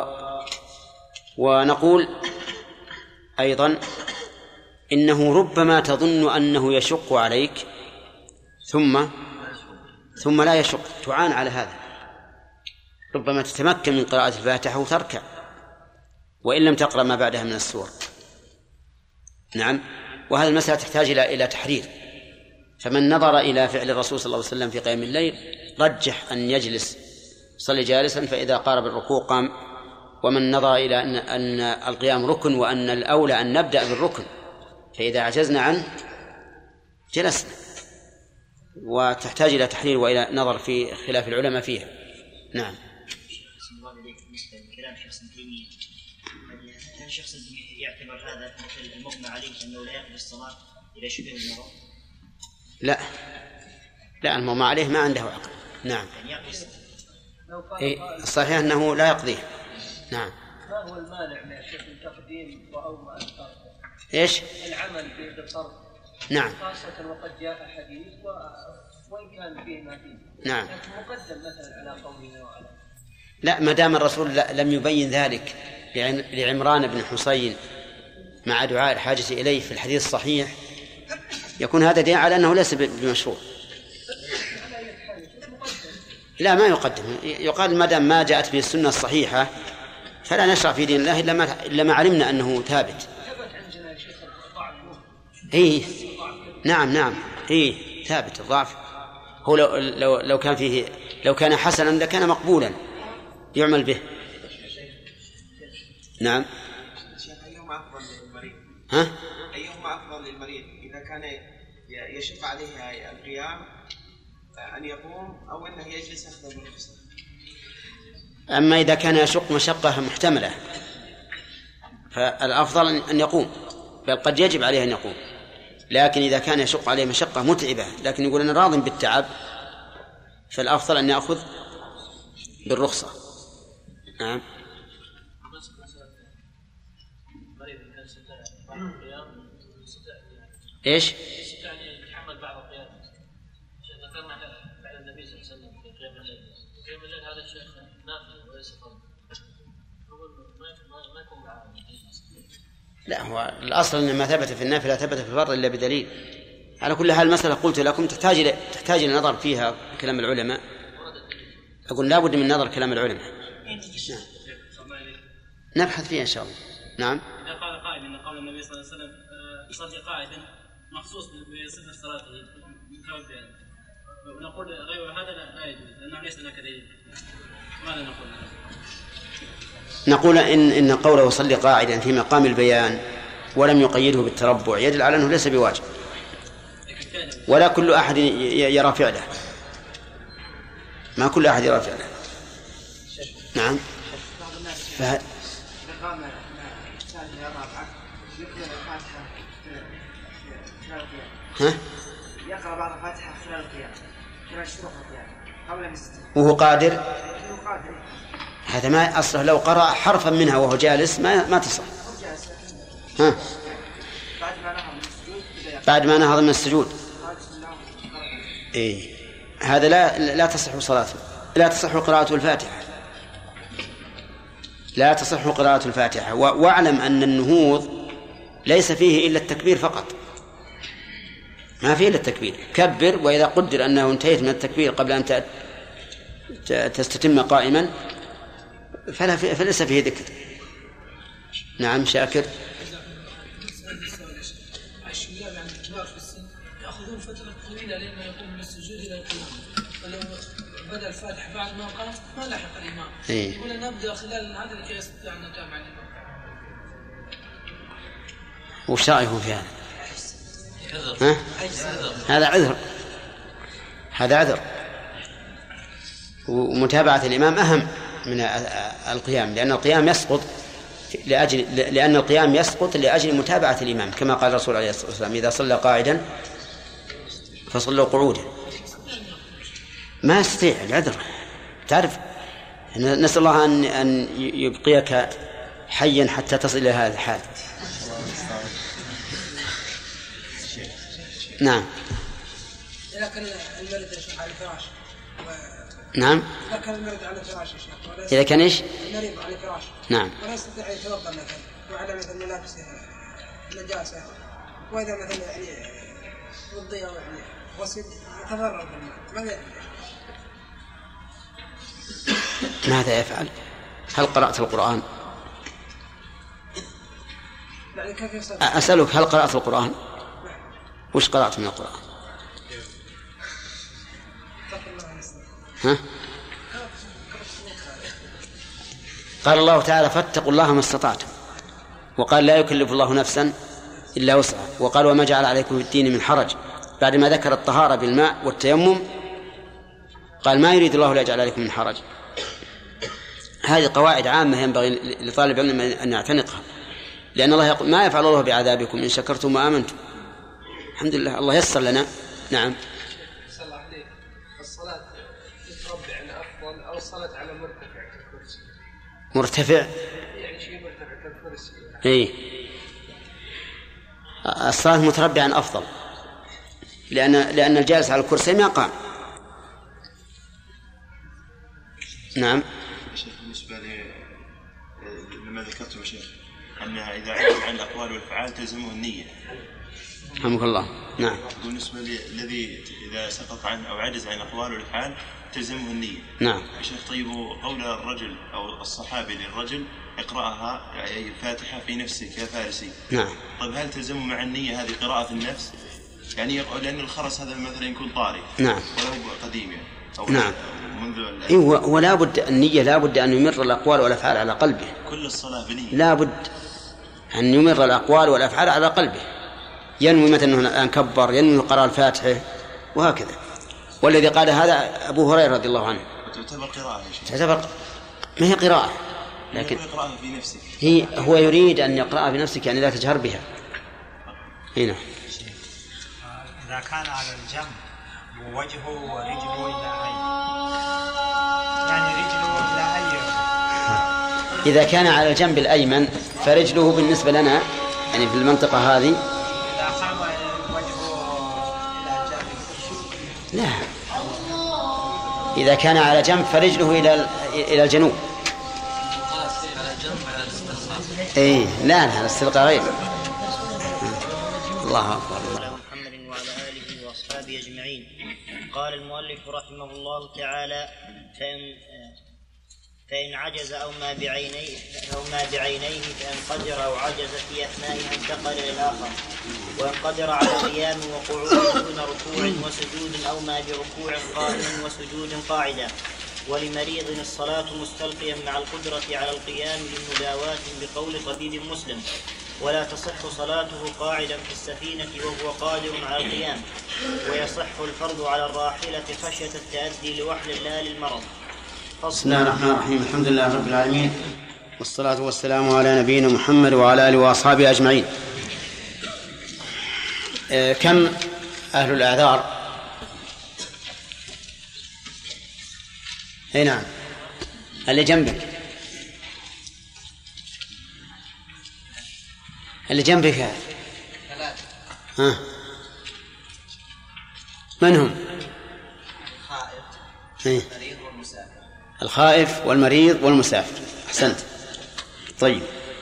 ونقول أيضا إنه ربما تظن أنه يشق عليك ثم ثم لا يشق، تعان على هذا، ربما تتمكن من قراءة الفاتحة وتركع وإن لم تقرأ ما بعدها من السور. نعم. وهذه المسألة تحتاج إلى إلى تحرير. فمن نظر إلى فعل الرسول صلى الله عليه وسلم في قيام الليل رجح أن يجلس صلي جالسا فإذا قارب الركوع قام، ومن نظر إلى أن أن القيام ركن وأن الأولى أن نبدأ بالركن فإذا عجزنا عنه جلسنا. وتحتاج إلى تحرير وإلى نظر في خلاف العلماء فيها. نعم. كلام شخص ديني، هل شخص يعتبر هذا مثل المغمى عليه أنه لا يقبل الصلاة إذا شبه المرض؟ لا لا، المغمى عليه ما عنده عقل. نعم. إيه الصحيح أنه لا يقضيه. نعم. ما هو المانع من تقديم وأومى الفرض؟ إيش؟ العمل بالفرض. نعم. خاصة وقد جاء حديث وإن كان فيه ما فيه. نعم. لكن مقدم مثلا على قوله وعلى. لا، ما دام الرسول لم يبين ذلك لعمران بن حسين مع دعاء الحاجة إليه في الحديث الصحيح يكون هذا دليل على أنه ليس بمشروع. لا ما يقدم، يقال ما دام ما جاءت به السنة الصحيحة فلا نشرع في دين الله إلا ما إلا ما علمنا أنه ثابت. إيه نعم نعم إيه ثابت الضعف. هو لو لو لو كان فيه لو كان حسنا لكان مقبولا يعمل به. نعم. أيهما أفضل للمريض؟ ها؟ أيهما أفضل للمريض إذا كان يشق عليه القيام أن يقوم أو أنه يجلس أخذ بالرخصة؟ أما إذا كان يشق مشقة محتملة فالأفضل أن يقوم، بل قد يجب عليه أن يقوم. لكن إذا كان يشق عليه مشقة متعبة لكن يقول أنا راض بالتعب فالأفضل أن يأخذ بالرخصة. نعم. إيش؟ يعني يتحمل بعض القيام. ذكرنا فعل النبي صلى الله عليه وسلم في قيام الليل. قيام الليل هذا الشيخ نافل وليس فرض. ما يكون مع. لا، هو الأصل أن ما ثبت في النافلة ثبت في الفرض إلا بدليل. على كل حال المسألة قلت لكم تحتاج إلى تحتاج إلى نظر فيها كلام العلماء. أقول لا بد من نظر كلام العلماء. نعم. نبحث فيها إن شاء الله. نعم. إذا قال قائل إن قول النبي صلى الله عليه وسلم يصلي قاعدا مخصوص بصفة صلاته متوضئا، ونقول غير هذا لا يجوز لأنه ليس هناك دليل. ماذا نقول؟ نقول إن إن قوله صلي قاعدا في مقام البيان ولم يقيده بالتربع يدل على أنه ليس بواجب، ولا كل أحد يرى فعله، ما كل أحد يرى فعله. نعم. فهل ها؟ يقرأ بعض الفاتحة خلال القيام خلال شروط القيام قبل أن يستلم وهو قادر. هذا ما أصله، لو قرأ حرفا منها وهو جالس ما ما تصح. ها؟ بعد ما نهض من السجود. بعد ما نهض من السجود. إيه هذا لا لا تصح صلاته، لا تصح قراءة الفاتحة، لا تصح قراءة الفاتحة. واعلم أن النهوض ليس فيه إلا التكبير فقط، ما فيه إلا التكبير. كبر، وإذا قدر أنه انتهيت من التكبير قبل أن تستتم قائما فلا في فليس فيه ذكر. نعم شاكر. الشباب يعني الكبار في السن يأخذون فترة طويلة لما يقوم من السجود إلى القيام، فلو بدأ الفاتحة بعد ما قام ما لحق الإمام. إيه؟ يقول نبدأ خلال هذا لكي يستطيع أن نتابع الإمام. وش رأيكم في هذا؟ ها؟ هذا عذر، هذا عذر، ومتابعة الإمام أهم من القيام، لأن القيام يسقط لأجل لأن القيام يسقط لأجل متابعة الإمام، كما قال الرسول عليه الصلاة والسلام: إذا صلى قاعدا فصلوا قعودا. ما يستطيع العذر، تعرف، نسأل الله أن أن يبقيك حيا حتى تصل إلى هذا الحال. نعم. إذا كان المريض على الفراش. نعم. إذا كان المريض على الفراش يا شيخ. إذا كان إيش؟ المريض على الفراش. نعم. ولا يستطيع أن يتوضأ مثلا، وعلى مثل ملابسه نجاسة، وإذا مثلا يعني وضي أو يعني غسل يتضرر بالماء، ماذا يفعل؟ ماذا يفعل؟ هل قرأت القرآن؟ يعني كيف يصلي؟ أسألك، هل قرأت القرآن؟ وش قرأت من القرآن؟ ها؟ قال الله تعالى: فاتقوا الله ما استطعتم، وقال: لا يكلف الله نفسا إلا وسعها، وقال: وما جعل عليكم في الدين من حرج، بعد ما ذكر الطهارة بالماء والتيمم قال: ما يريد الله ليجعل عليكم من حرج. هذه قواعد عامة ينبغي لطالب علم أن يعتنقها، لأن الله يقول: ما يفعل الله بعذابكم إن شكرتم وآمنتم. الحمد لله، الله يسر لنا. نعم. صلى الله عليه الصلاة متربع أفضل أو الصلاة على مرتفع كالكرسي؟ مرتفع يعني شيء مرتفع كالكرسي. إيه، الصلاة متربعا أفضل، لأن لأن الجالس على الكرسي ما قام. نعم. بالنسبة لما ذكرته يا شيخ أنها إذا عجز عن الأقوال والأفعال تلزمه النية. رحمك الله. نعم. بالنسبة للذي إذا سقط عنه أو عجز عن الأقوال والأفعال تلزمه النية. نعم. يا شيخ، طيب قول الرجل أو الصحابي للرجل: اقرأها أي الفاتحة في نفسك يا فارسي. نعم. طيب هل تلزمه مع النية هذه قراءة النفس؟ يعني لأن الخرس هذا مثلا يكون طارئ. نعم. وله قديم يعني. أو نعم. منذ إيه، ولا بد النية، لا بد أن يمر الأقوال والأفعال على قلبه. كل الصلاة بنية. لا بد أن يمر الأقوال والأفعال على قلبه، ينوي مثلا أن كبر، ينوي قراءة الفاتحة، وهكذا. والذي قال هذا أبو هريرة رضي الله عنه. تعتبر قراءة يا شيخ. تعتبر، ما هي قراءة، لكن يقرأها في نفسك. هي هو يريد أن يقرأها بنفسك، يعني لا تجهر بها. هنا إذا كان على الجنب ووجهه ورجله إلى أي، يعني رجله إلى أي. إذا كان على الجنب الأيمن فرجله بالنسبة لنا يعني في المنطقة هذه. إذا قام وجهه إلى الجنب. لا، إذا كان على جنب فرجله إلى إلى الجنوب. إيه، لا لا، الاستلقاء غير. الله أكبر. على محمد وعلى آله وأصحابه أجمعين. قال المؤلف رحمه الله تعالى: فإن فإن عجز أو ما بعينيه أو ما بعينيه فإن قدر أو عجز في أثنائها انتقل إلى الآخر، وإن قدر على قيام وقعود دون ركوع وسجود أو ما بركوع قائم وسجود قاعدا. ولمريض الصلاة مستلقيا مع القدرة على القيام لمداواة بقول طبيب مسلم، ولا تصح صلاته قاعدا في السفينة وهو قادر على القيام، ويصح الفرض على الراحلة خشية التأدي لوحل لا للمرض. بسم الله الرحمن الرحيم. الحمد لله رب العالمين، والصلاة والسلام على نبينا محمد وعلى آله وأصحابه أجمعين. آه كم أهل الأعذار؟ أي نعم، اللي جنبك، اللي جنبك هذا. ها، من هم؟ المريض والمسافر. الخائف والمريض والمسافر. أحسنت. طيب،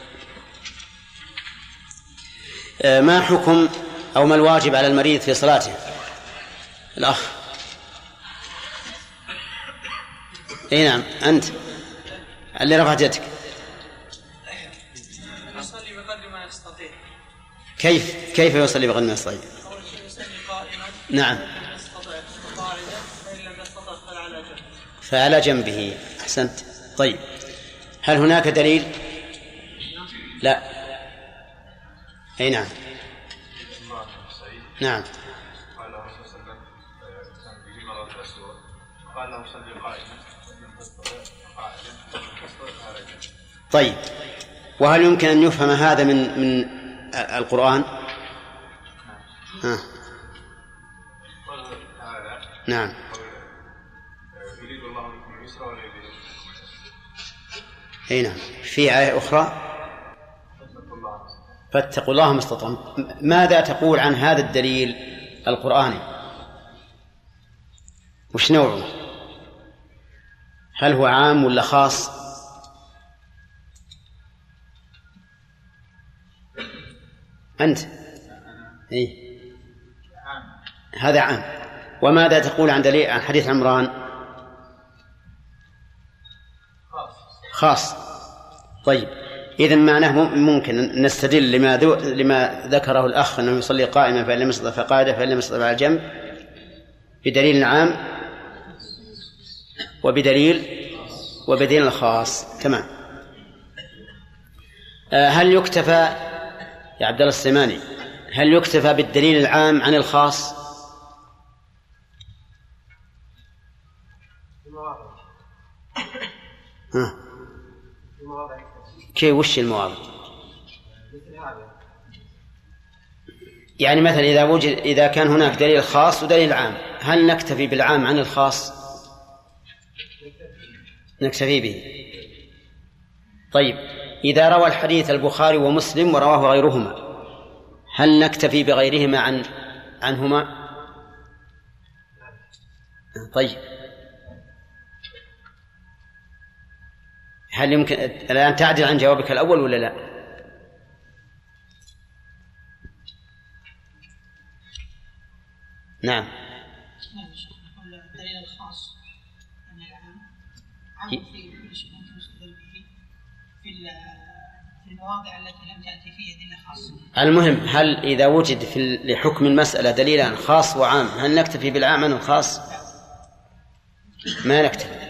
ما حكم أو ما الواجب على المريض في صلاته؟ الأخ. اي نعم، أنت اللي رفعت يدك. يصلي بقدر ما يستطيع. كيف كيف يصلي بقدر ما يستطيع؟ أول شيء يصلي قائما. نعم. فإن لم يستطع قاعدا، فإن لم يستطع فعلى جنبه. فعلى جنبه. أحسنت. طيب، هل هناك دليل؟ لا. أي نعم. نعم. قال له الرسول صلى الله عليه وسلم كان به مرض الأسود، قال له صلي قائما لم تستطع قاعدا لم تستطع على جنب. طيب، وهل يمكن أن يفهم هذا من من القرآن؟ ها. نعم. يريد الله بكم اليسر ولا يريد. أي نعم. في آية أخرى فاتقوا الله ما استطعتم. ماذا تقول عن هذا الدليل القرآني؟ وش نوعه؟ هل هو عام ولا خاص؟ أنت؟ إيه؟ هذا عام. وماذا تقول عن دليل عن حديث عمران؟ خاص. طيب، إذن معناه ممكن نستدل لما, لما ذكره الأخ أنه يصلي قائما فإن لم يستطع فقاعدا فإن لم يستطع على الجنب بدليل عام وبدليل وبدليل خاص. تمام. هل يكتفى يا عبد الله السيماني هل يكتفى بالدليل العام عن الخاص؟ ها. كيف وش المواضع؟ يعني مثلا إذا وجد إذا كان هناك دليل خاص ودليل عام، هل نكتفي بالعام عن الخاص؟ نكتفي به. طيب، إذا روى الحديث البخاري ومسلم ورواه غيرهما، هل نكتفي بغيرهما عن عنهما؟ طيب، هل يمكن الآن تعدل عن جوابك الأول ولا لا؟ نعم. الدليل الخاص أن العام عام في كل شيء ممكن يستدل به في المواضع التي لم تأتي فيها دليل خاص. المهم، هل إذا وجد في لحكم المسألة دليلا خاص وعام، هل نكتفي بالعام عن الخاص؟ ما نكتفي.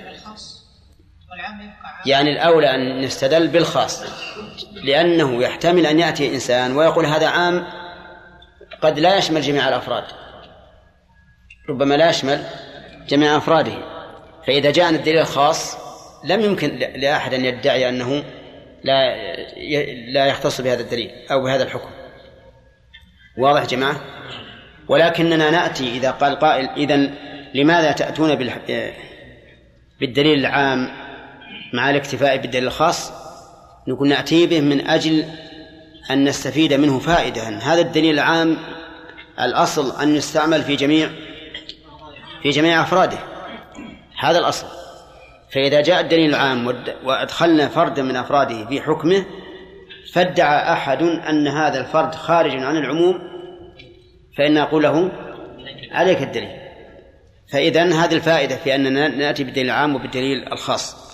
يعني الأولى أن نستدل بالخاص، لأنه يحتمل أن يأتي إنسان ويقول هذا عام قد لا يشمل جميع الأفراد، ربما لا يشمل جميع أفراده. فإذا جاءنا الدليل الخاص لم يمكن لأحد أن يدعي أنه لا لا يختص بهذا الدليل أو بهذا الحكم. واضح جماعة؟ ولكننا نأتي إذا قال قائل إذن لماذا تأتون بالدليل العام مع الاكتفاء بالدليل الخاص؟ نقول نأتي به من أجل أن نستفيد منه فائدة. هذا الدليل العام الأصل أن يستعمل في جميع في جميع أفراده، هذا الأصل. فإذا جاء الدليل العام وأدخلنا فردا من أفراده في حكمه، فادعى أحد أن هذا الفرد خارج عن العموم، فإن نقول له عليك الدليل. فإذن هذه الفائدة في أننا نأتي بالدليل العام وبالدليل الخاص.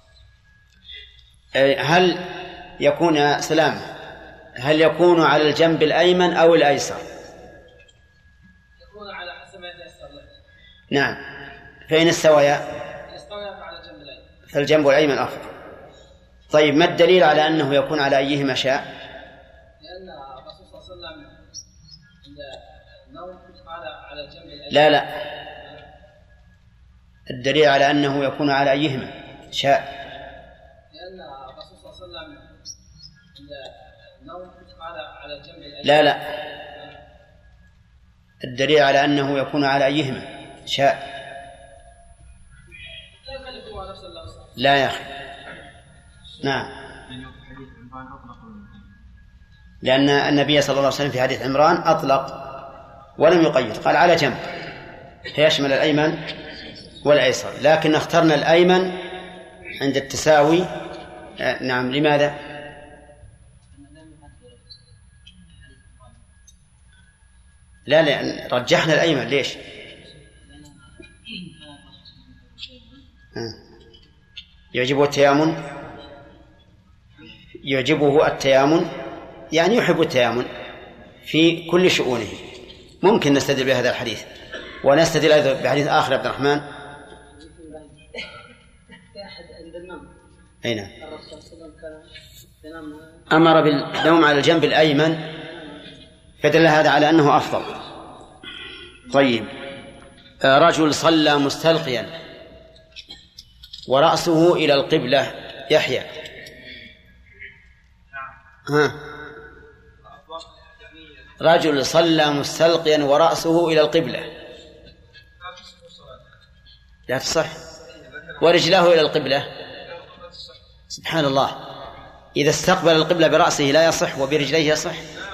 هل يكون سلام هل يكون على الجنب الأيمن أو الأيسر؟ يكون على حسب ما يتيسر له. نعم. فإن استويا استويا على الجنب الأيمن فالجنب الأيمن أفضل. طيب، ما الدليل على أنه يكون على أيهما شاء؟ لأن الرسول صلى الله عليه وسلم عند النوم قال على الجنب الأيمن. لا لا الدليل على أنه يكون على أيهما شاء، لأن الرسول صلى الله عليه وسلم عند النوم قال على الجنب الأيمن. لا لا الدليل على أنه يكون على أيهما شاء. لا يا أخي. نعم. لأن النبي صلى الله عليه وسلم في حديث عمران أطلق ولم يقيد، قال على جنب، فيشمل الأيمن والأيسر، لكن اخترنا الأيمن عند التساوي. آه نعم. لماذا؟ لا لا رجحنا الأيمن. ليش؟ آه. يعجبه التيامن، يعجبه التيامن يعني يحب التيامن في كل شؤونه. ممكن نستدل بهذا الحديث، ونستدل أيضا بحديث آخر عبد الرحمن. أين أمر بالنوم على الجنب الأيمن، فدل هذا على أنه أفضل. طيب، رجل صلى مستلقيا ورأسه إلى القبلة. يحيى ها. رجل صلى مستلقيا ورأسه إلى القبلة لا تصح، ورجلاه إلى القبلة. سبحان الله، إذا استقبل القبلة برأسه لا يصح وبرجليه يصح.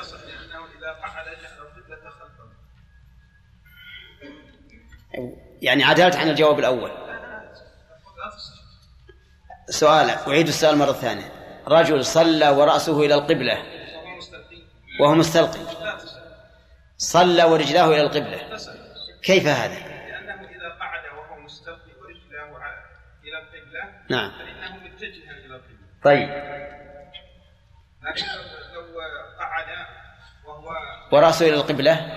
يعني عدلت عن الجواب الأول. سؤال، أعيد السؤال مرة ثانية. رجل صلى ورأسه إلى القبلة وهو مستلقي، صلى ورجلاه إلى القبلة، كيف هذا؟ لأنه إذا قعد وهو مستلقي ورجلاه إلى القبلة نعم فإنه متجها إلى القبلة. طيب، لكن لو قعد وهو ورأسه إلى القبلة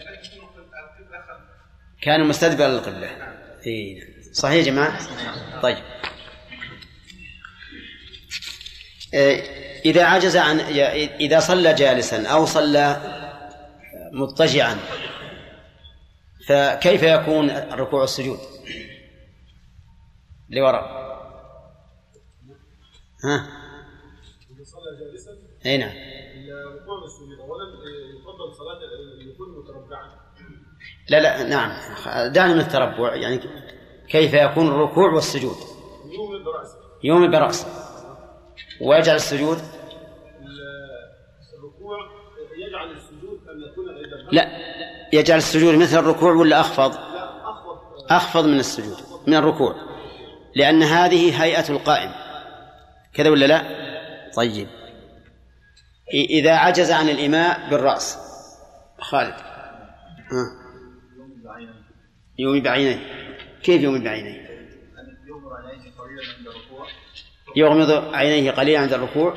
كان مستدبر للقبلة. إيه صحيح يا جماعة. طيب، إذا عجز عن إذا صلى جالسا أو صلى مضطجعا فكيف يكون الركوع والسجود؟ لوراء. ها إذا صلى جالسا أي نعم. الركوع والسجود أولا يفضل صلاة يكون متربعا. لا لا نعم، دعنا من التربع. يعني كيف يكون الركوع والسجود؟ يومي برأسه يومي برأسه ويجعل السجود. الركوع يجعل السجود أن يكون أيضا. لا، يجعل السجود مثل الركوع ولا أخفض؟ أخفض من السجود من الركوع، لأن هذه هيئة القائم، كذا ولا لا؟ طيب، إذا عجز عن الإيماء بالرأس. خالد ها. يومي بعينيه. كيف يومي بعينيه؟ يغمض عينيه قليلا عند الركوع.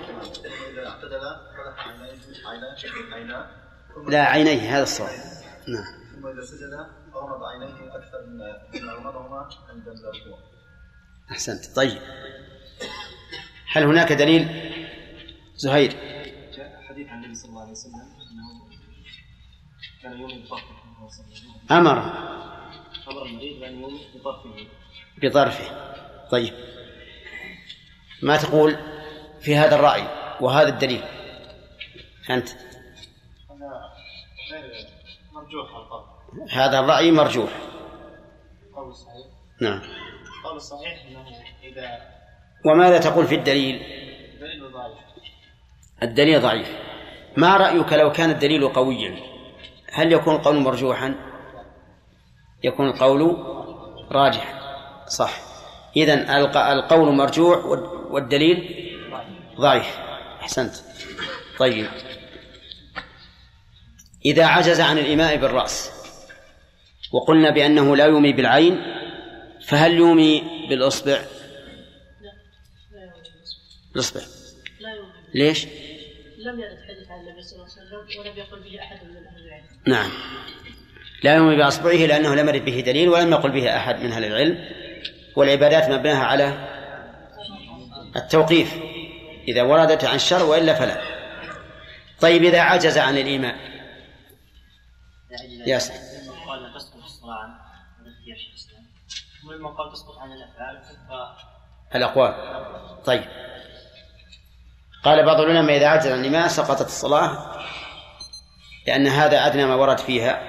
لا، عينيه، هذا الصواب. نعم. ثم إذا سجد غمض عينيه أكثر من غمضهما عند الركوع. أحسنت. طيب، هل هناك دليل؟ زهير. جاء حديث عن النبي صلى الله عليه وسلم أنه كان يومي بطرفه. أمر أمر المريض بأن يومي بطرفه. بطرفه. طيب، ما تقول في هذا الرأي وهذا الدليل أنت؟ مرجوح القول. هذا الرأي مرجوح. قول صحيح. نعم. قول صحيح أنه إذا. وماذا تقول في الدليل؟ الدليل ضعيف. الدليل ضعيف. ما رأيك لو كان الدليل قويا هل يكون القول مرجوحا؟ يكون القول راجحا. صح. إذن القول مرجوح والدليل ضعيف. أحسنت. طيب، إذا عجز عن الإيماء بالرأس وقلنا بأنه لا يومي بالعين، فهل يومي بالأصبع؟ لا، لا يومي بالأصبع. لا يومي. ليش؟ لم يرد حديث عن النبي صلى الله عليه وسلم ولم يقل به أحد من أهل العلم. نعم، لا يومي بأصبعه لأنه لم يرد به دليل ولم يقل به أحد من أهل العلم، والعبادات مبناها على التوقيف إذا وردت عن الشرع، وإلا فلا. طيب، إذا عجز عن الإيماء ياسر. قال تسقط الصلاة عن الاختيار شيخ الإسلام، ولما قال تسقط عن الأفعال الأقوال. طيب، قال بعض العلماء إذا عجز عن الإيماء سقطت الصلاة لأن هذا أدنى ما ورد فيها،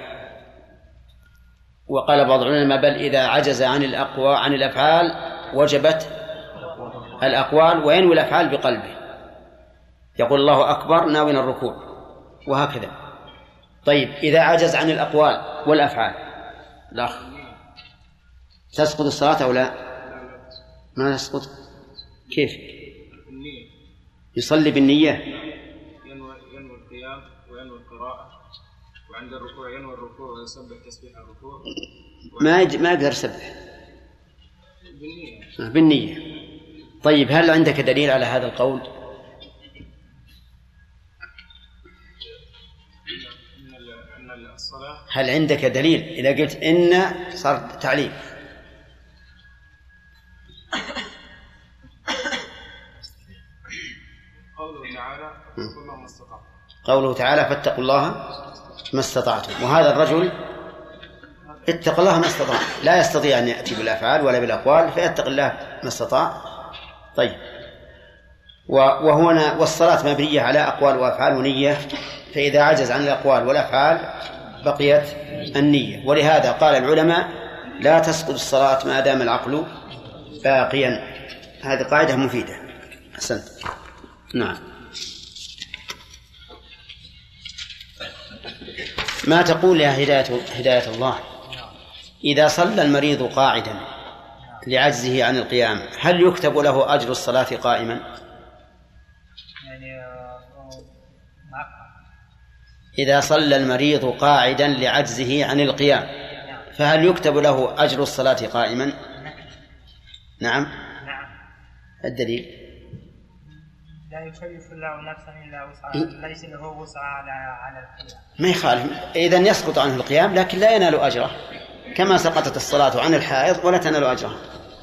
وقال بعض العلماء بل إذا عجز عن الأقوى عن الأفعال وجبت الأقوال، وينوي الأفعال بقلبه، يقول الله أكبر ناوين الركوع، وهكذا. طيب، إذا عجز عن الأقوال والأفعال. لا، تسقط الصلاة أو لا؟ ما تسقط. كيف؟ النية. يصلي بالنية. ينوي ينوي القيام وينوي القراءة، وعند الركوع ينوي الركوع ويسبح تسبيح الركوع. ما يج... ما يقدر يسبح. بالنية. بالنية. طيب هل عندك دليل على هذا القول؟ هل عندك دليل؟ إذا قلت إن صار تعليل. قوله تعالى فاتقوا الله ما استطعتم. قوله تعالى فاتقوا الله ما استطعتم. وهذا الرجل اتق الله ما استطاع، لا يستطيع أن يأتي بالأفعال ولا بالأقوال، فيتق الله ما استطاع. طيب، وهنا والصلاة مبنية على أقوال وأفعال ونية، فإذا عجز عن الأقوال والأفعال بقيت النية. ولهذا قال العلماء لا تسقط الصلاة ما دام العقل باقيا. هذه قاعدة مفيدة. أحسنت. نعم. ما تقول يا هداية, هداية الله إذا صلى المريض قاعدا لعجزه عن القيام هل يكتب له أجر الصلاة قائما؟ إذا صلى المريض قاعدا لعجزه عن القيام فهل يكتب له أجر الصلاة قائما؟ نعم. الدليل لا يكلف الله نفسا إلا وسعها، ليس له وسعها على على القيام. ما يخالف، إذن يسقط عنه القيام لكن لا ينال أجره، كما سقطت الصلاة عن الحائض ولا تنال أجره.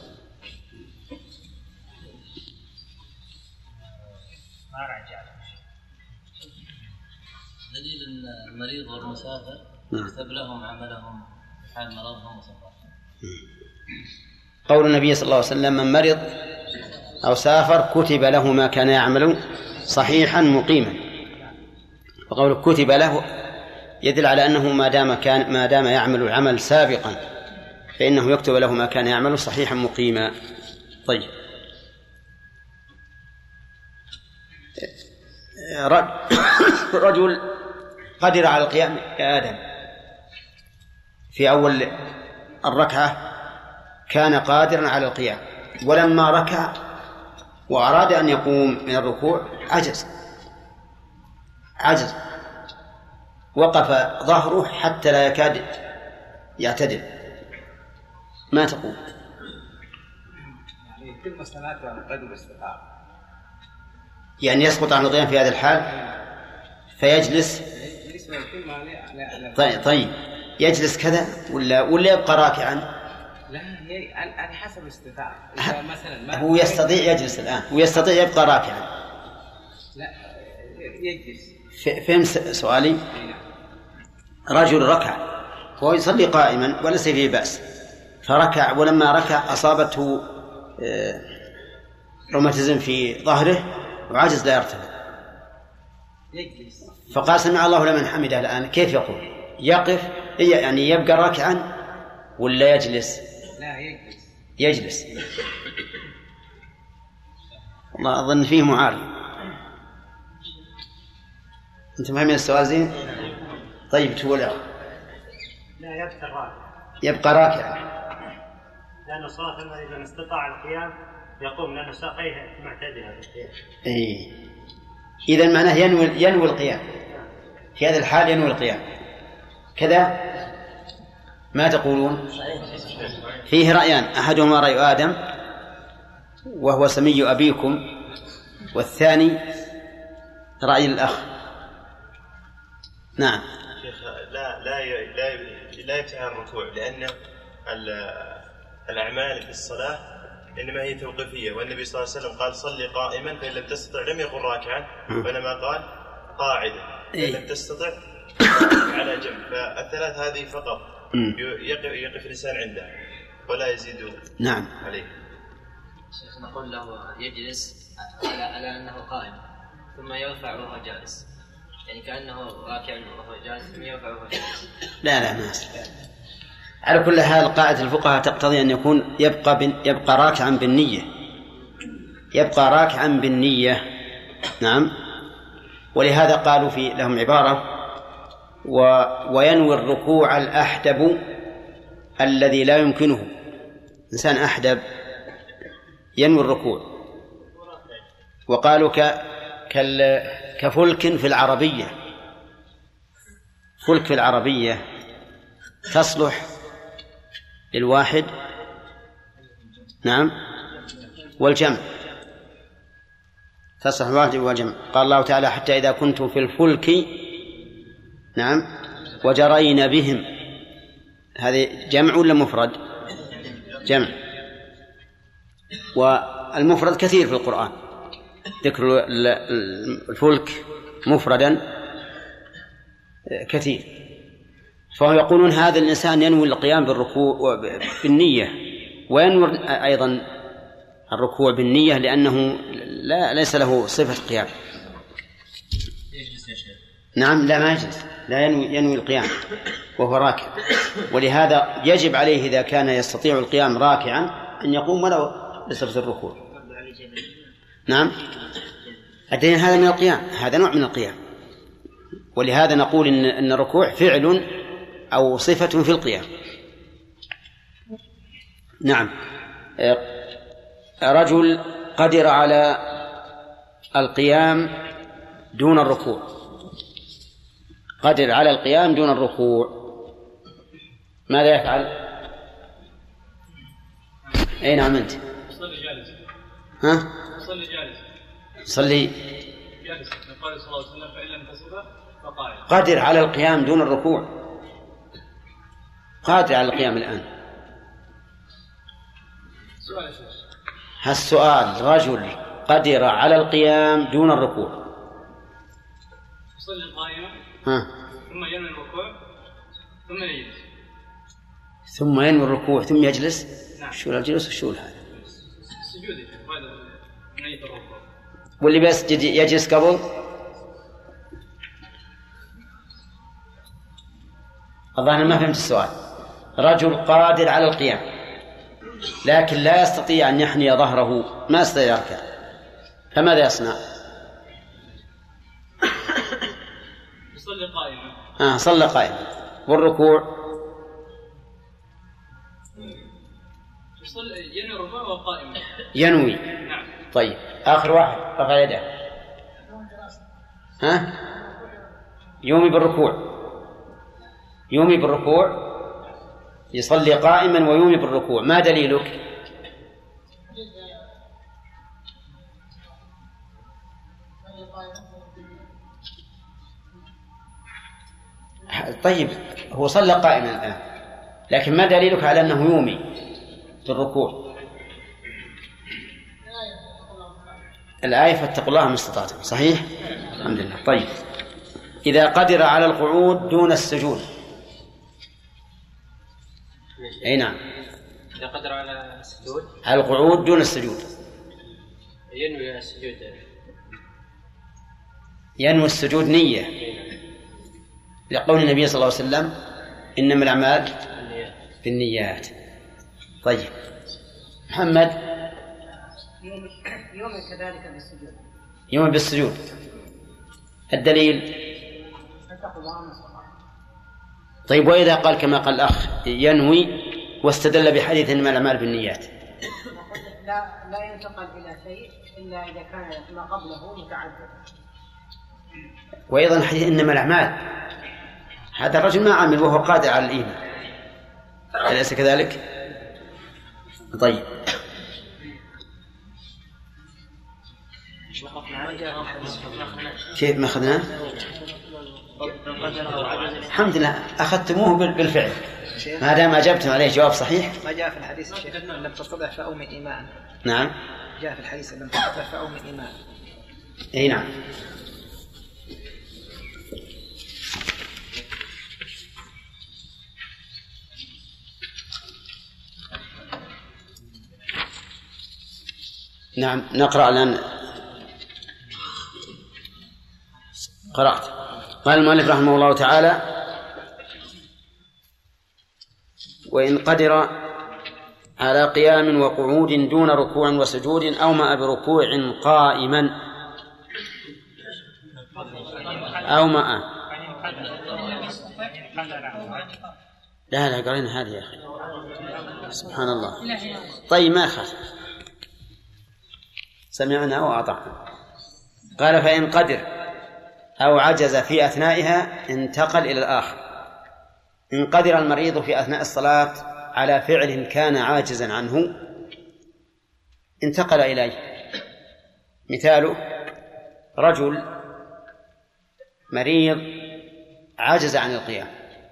دليل أن المريض والمسافر يكتب لهم عملهم حال مرضهم وسفرهم. قول النبي صلى الله عليه وسلم من مرض أو سافر كتب له ما كان يعمل صحيحا مقيما. وقول كتب له يدل على أنه ما دام كان ما دام يعمل العمل سابقا فإنه يكتب له ما كان يعمل صحيحا مقيما. طيب، رجل قدر على القيام كآدم في أول الركعة، كان قادرا على القيام، ولما ركع وأراد أن يقوم من الركوع عجز عجز وقف ظهره حتى لا يكاد يعتدل. ما تقول؟ يعني يتم صلاته على قدر الاستطاعة، يعني يسقط عن القيام في هذا الحال فيجلس. طيب, طيب يجلس كذا ولا ولا يبقى راكعا؟ لا، هي على حسب الاستطاعة. إذا مثلا ما هو يستطيع يجلس الآن ويستطيع يبقى راكعا. لا، يجلس. فهم سؤالي؟ رجل ركع هو يصلي قائما وليس فيه بأس، فركع ولما ركع أصابته روماتيزم في ظهره وعجز لا يرتفع، فقال سمع الله لمن حمده. الآن كيف يقول؟ يقف يعني يبقى راكعا ولا يجلس؟ لا، يجلس. يجلس. والله أظن فيه معارض. أنتم فاهمين السؤال زين؟ طيب تقول يا لا، يبقى راكع. يبقى راكعا لأن صلاة المريض إذا استطاع القيام يقوم لأن ساقيه معتدلة بالقيام. إيه، إذن معناه ينوي ينوي القيام في هذا الحال، ينوي القيام كذا. ما تقولون؟ فيه رأيان، أحدهما رأي آدم وهو سمي أبيكم، والثاني رأي الأخ. نعم. شيخ، لا لا لا لا يفتح الركوع، لأن الأعمال في الصلاة إنما هي توقيفية، والنبي صلى الله عليه وسلم قال صلي قائما فإن لم تستطع لم يقل راكعا، بينما قال قاعدا فإن لم تستطع على جنب. فالثلاث هذه فقط يقف, يقف الإنسان عنده ولا يزيد. نعم. عليه. شيخ نقول له يجلس على, على أنه قائم ثم يرفع وهو جالس، يعني كأنه راكع وهو جالس ثم يرفع وهو جالس. لا لا ما أصبح. على كل حال قاعدة الفقهاء تقتضي أن يكون يبقى بن يبقى راكعا بالنية، يبقى راكعا بالنية. نعم. ولهذا قالوا في لهم عبارة و وينوي الركوع الأحدب الذي لا يمكنه إنسان أحدب ينوي الركوع، وقالوا ك... كال... كفلك في العربية، فلك في العربية تصلح للواحد نعم والجمع، تصلح الواحد والجمع. قال الله تعالى حتى إذا كنتم في الفلك نعم وجرين بهم، هذه جمع ولا مفرد؟ جمع، والمفرد كثير في القرآن، ذكر الفلك مفردا كثير. فهم يقولون هذا الإنسان ينوي القيام بالركوع بالنية، وينوي أيضا الركوع بالنية لأنه لا ليس له صفة قيام. نعم لا ما يجلس، لا ينوي, ينوي القيام وهو راكع، ولهذا يجب عليه إذا كان يستطيع القيام راكعا أن يقوم ولو بصفة الركوع. نعم الدين هذا من القيام، هذا نوع من القيام، ولهذا نقول إن, إن الركوع فعل أو صفة في القيام. نعم رجل قدر على القيام دون الركوع، قدر على القيام دون الركوع، ماذا يفعل؟ أي نعم أنت صلي جالس. ها؟ صلي جالس. صلي جالس. قال صلى الله عليه وسلم فإن لم تستطع فقاعد. قادر على القيام دون الركوع، قادر على القيام الآن. سؤال هالسؤال رجل قدر على القيام دون الركوع، يصلي قائما ها ثم ينوي الركوع ثم يجلس، ثم ينوي الركوع ثم يجلس. نعم. شو الجلوس وشو هذا؟ السجود هذا نية الركوع. واللي بس يجلس قبل الظاهر ما فهمت السؤال. رجل قادر على القيام لكن لا يستطيع أن يحني ظهره، ما يستطيع يركع، فماذا يصنع؟ يصلي قائما. آه صلى قائما. والركوع يصلي ينوي الركوع وهو قائم. ينوي. نعم. طيب آخر واحد رفع يده. ها يومي بالركوع، يومي بالركوع، يصلي قائما ويومي بالركوع. ما دليلك؟ طيب هو صلى قائما الآن، لكن ما دليلك على أنه يومي بالركوع؟ الآية فاتقوا الله ما استطعتم، صحيح؟ الحمد لله. طيب إذا قدر على القعود دون السجود. أي نعم. إذا قدر على السجود على القعود دون السجود ينوي السجود، ينوي السجود نية، لقول النبي صلى الله عليه وسلم إنما الأعمال بالنيات. طيب محمد يوم كذلك بالسجود، يوم بالسجود. الدليل؟ طيب وإذا قال كما قال الأخ ينوي واستدل بحديث إنما الأعمال بالنيات؟ لا لا ينتقل إلى شيء إلا إذا كان ما قبله متعدد. وأيضا حديث إنما الأعمال، هذا الرجل ما عمل وهو قادر على الإيمان، أليس كذلك؟ طيب كيف ما أخذناه؟ الحمد لله أخذتموه بالفعل، ما دام أجبتم عليه جواب صحيح. ما جاء في الحديث الشيخ لم تستطع فأومئ إيمان. نعم جاء في الحديث لم تستطع فأومئ إيمان. أي نعم. نعم نقرأ الآن. قرأت. قال المؤلف رحمه الله تعالى: وإن قدر على قيام وقعود دون ركوع وسجود أومأ بركوع قائما أومأ. لا لا قرينا هذه يا أخي. سبحان الله. طيب ما يخالف، سمعنا وأطعنا. قال فإن قدر أو عجز في أثنائها انتقل إلى الآخر. إن قدر المريض في أثناء الصلاة على فعل كان عاجزا عنه انتقل إليه. مثاله رجل مريض عجز عن القيام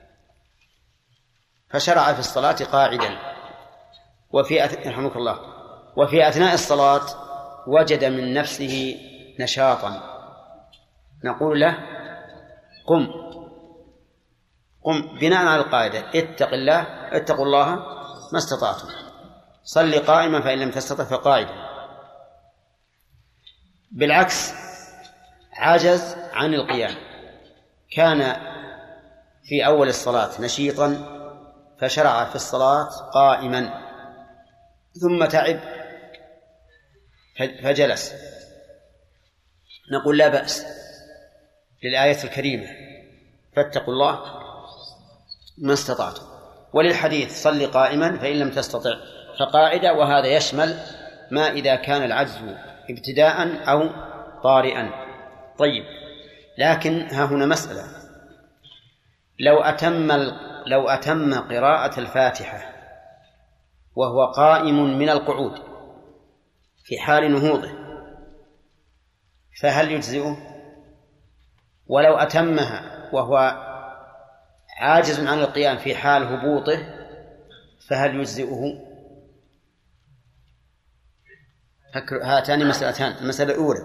فشرع في الصلاة قاعدا، وفي أث... رحمك الله وفي أثناء الصلاة وجد من نفسه نشاطا، نقول له قم قم بناء على القاعدة اتق الله اتقوا الله ما استطعتم، صل قائما فإن لم تستطع فقاعدا. بالعكس عجز عن القيام، كان في أول الصلاة نشيطا فشرع في الصلاة قائما ثم تعب فجلس، نقول لا بأس للآية الكريمة فاتقوا الله ما استطعتم، وللحديث صل قائما فإن لم تستطع فقاعدا، وهذا يشمل ما إذا كان العجز ابتداء أو طارئا. طيب، لكن ها هنا مسألة، لو أتم لو أتم قراءة الفاتحة وهو قائم من القعود في حال نهوضه فهل يجزئه؟ ولو أتمها وهو عاجز عن القيام في حال هبوطه فهل يجزئه؟ هاتان مسألتان. المسألة الأولى